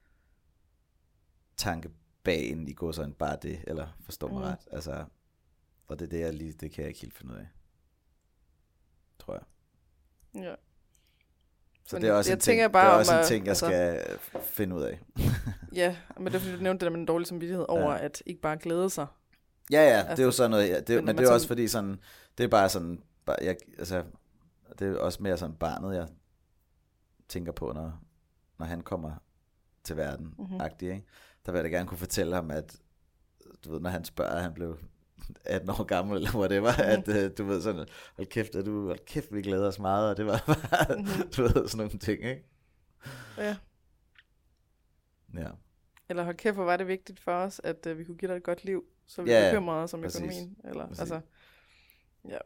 tanke bag, end I går sådan bare det, eller forstår mig ret. Altså, og det er det, det kan jeg ikke helt finde ud af. Tror jeg. Ja. Så det er også en ting, jeg skal finde ud af. Ja, men det er fordi, du nævnte det der med en dårlig samvittighed over, at ikke bare glæde sig. Ja, altså, det er jo sådan noget, men det er også fordi sådan, det er bare sådan, det er også mere sådan barnet, jeg tænker på, når han kommer til verden, agtig, ikke? Der vil jeg da gerne kunne fortælle ham, at du ved, når han spørger, at han blev 18 år gammel, eller whatever, at du ved sådan, hold kæft, vi glæder os meget, og det var bare, du ved, sådan nogle ting, ikke? Ja. Ja. Eller hold kæft, hvor var det vigtigt for os, at vi kunne give dig et godt liv, så vi bekymrede os om økonomien. Eller, altså, ja.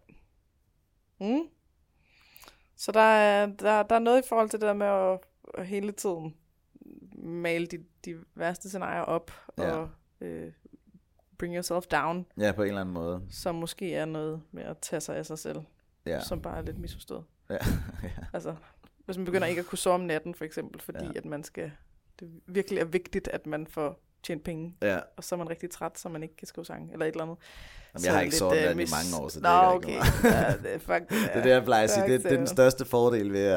Så der er noget i forhold til det der med at hele tiden male de værste scenarier op, og bring yourself down. Ja, på en eller anden måde. Som måske er noget med at tage sig af sig selv, som bare er lidt misforstået. Ja. Altså, hvis man begynder ikke at kunne sove om natten, for eksempel, fordi at man skal, det virkelig er vigtigt, at man får tjent penge, og så er man rigtig træt, så man ikke kan skrive sang, eller et eller andet. Jamen, jeg har ikke sovet i mange år, så det er okay. Ikke noget. Det er faktisk, det er det, jeg plejer at sige. Det er den største fordel ved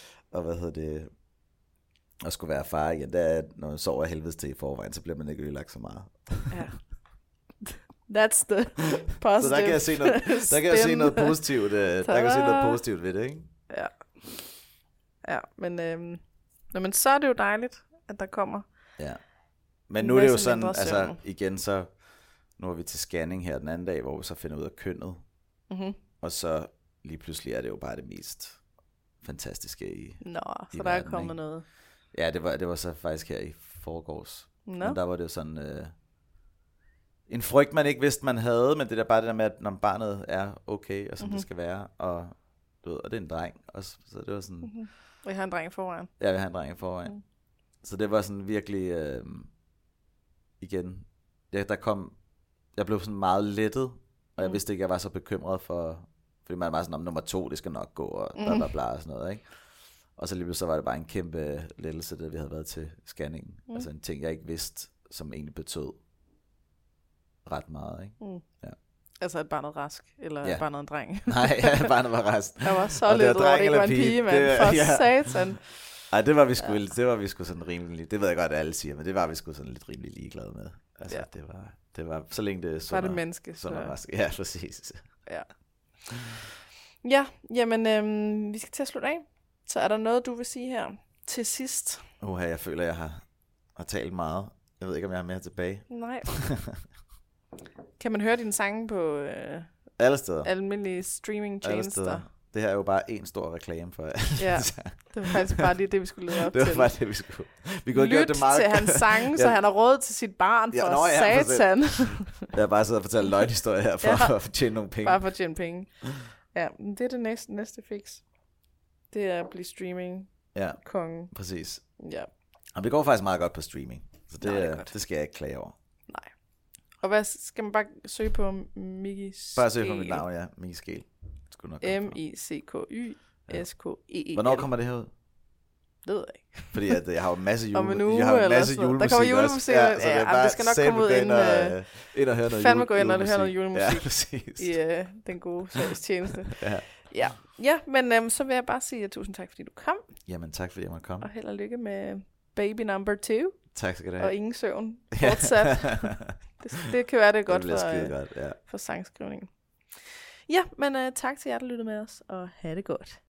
at skulle være far igen, det er, at når man sover helvedes til i forvejen, så bliver man ikke ødelagt så meget. Ja. That's the positive. Så der kan jeg se noget positivt. Der kan jeg se noget positivt ved det, ikke? Ja. Ja, men så er det jo dejligt, at der kommer. Ja. Men nu er det jo sådan, altså igen, så nu er vi til scanning her den anden dag, hvor vi så finder ud af kønnet. Og så lige pludselig er det jo bare det mest fantastiske i så der er kommet noget. Ja, det var så faktisk her i forgårs. Men der var det jo sådan en frygt, man ikke vidste, man havde, men det der bare det der med, at når barnet er okay, og som det skal være, og du ved, og det er en dreng også, så det var sådan. Og jeg har en dreng i forvejen. Ja, vi har en dreng i forvejen. Så det var sådan virkelig igen, jeg blev sådan meget lettet, og jeg vidste ikke, jeg var så bekymret fordi man var sådan, om nummer 2, det skal nok gå, og bla bla og sådan noget, ikke? Og så lige så var det bare en kæmpe lettelse, det vi havde været til scanningen. Altså en ting, jeg ikke vidste, som egentlig betød ret meget, ikke? Ja. Altså at barnet rask, eller barnet en dreng? Nej, barnet var rask. Jeg var så lidt over, det ikke var en pige, mand. For satan. Ej, det var vi sgu sådan rimelig, det ved jeg godt, at alle siger, men det var vi sgu sådan lidt rimelig ligeglade med. Altså, det var, så længe det var det menneske. Ja, præcis. Ja, jamen, vi skal til at slutte af. Så er der noget, du vil sige her til sidst? Jeg føler, jeg har talt meget. Jeg ved ikke, om jeg har mere tilbage. Nej. Kan man høre dine sange på alle steder? Almindelige streamingtjenester? Det her er jo bare en stor reklame for ja, det var faktisk bare lige det, vi skulle lede op til. Det var bare det, vi skulle. Vi kunne have gjort det meget. Lyt til hans sange, så han har råd til sit barn for satan. Jeg har bare siddet og fortalt løgnhistorier her, for at tjene nogle penge. Bare for at tjene penge. Ja, men det er det næste fix. Det er at blive streaming. Ja, kongen. Præcis. Ja. Og det går faktisk meget godt på streaming. Så det skal jeg ikke klage over. Nej. Og hvad skal man bare søge på Micke Skeel? Bare søge på mit navn, ja. Micke Skeel. M-I-C-K-Y-S-K-E-E-L. Hvornår kommer det her ud? Det ved jeg ikke. Fordi at jeg har jo en masse julemusik julemusik. Der kommer julemusik. Ja, det skal nok komme ud inden. Ind og høre noget fandme gå ind og høre noget julemusik. Ja, præcis. I den gode servicetjeneste. Ja. Ja, men så vil jeg bare sige tusind tak, fordi du kom. Jamen, tak fordi jeg måtte komme. Og held og lykke med baby number 2. Tak skal du have. Og ingen søvn fortsat. det kan være, det er godt for sangskrivningen. Ja, men tak til jer, der lyttede med os, og have det godt.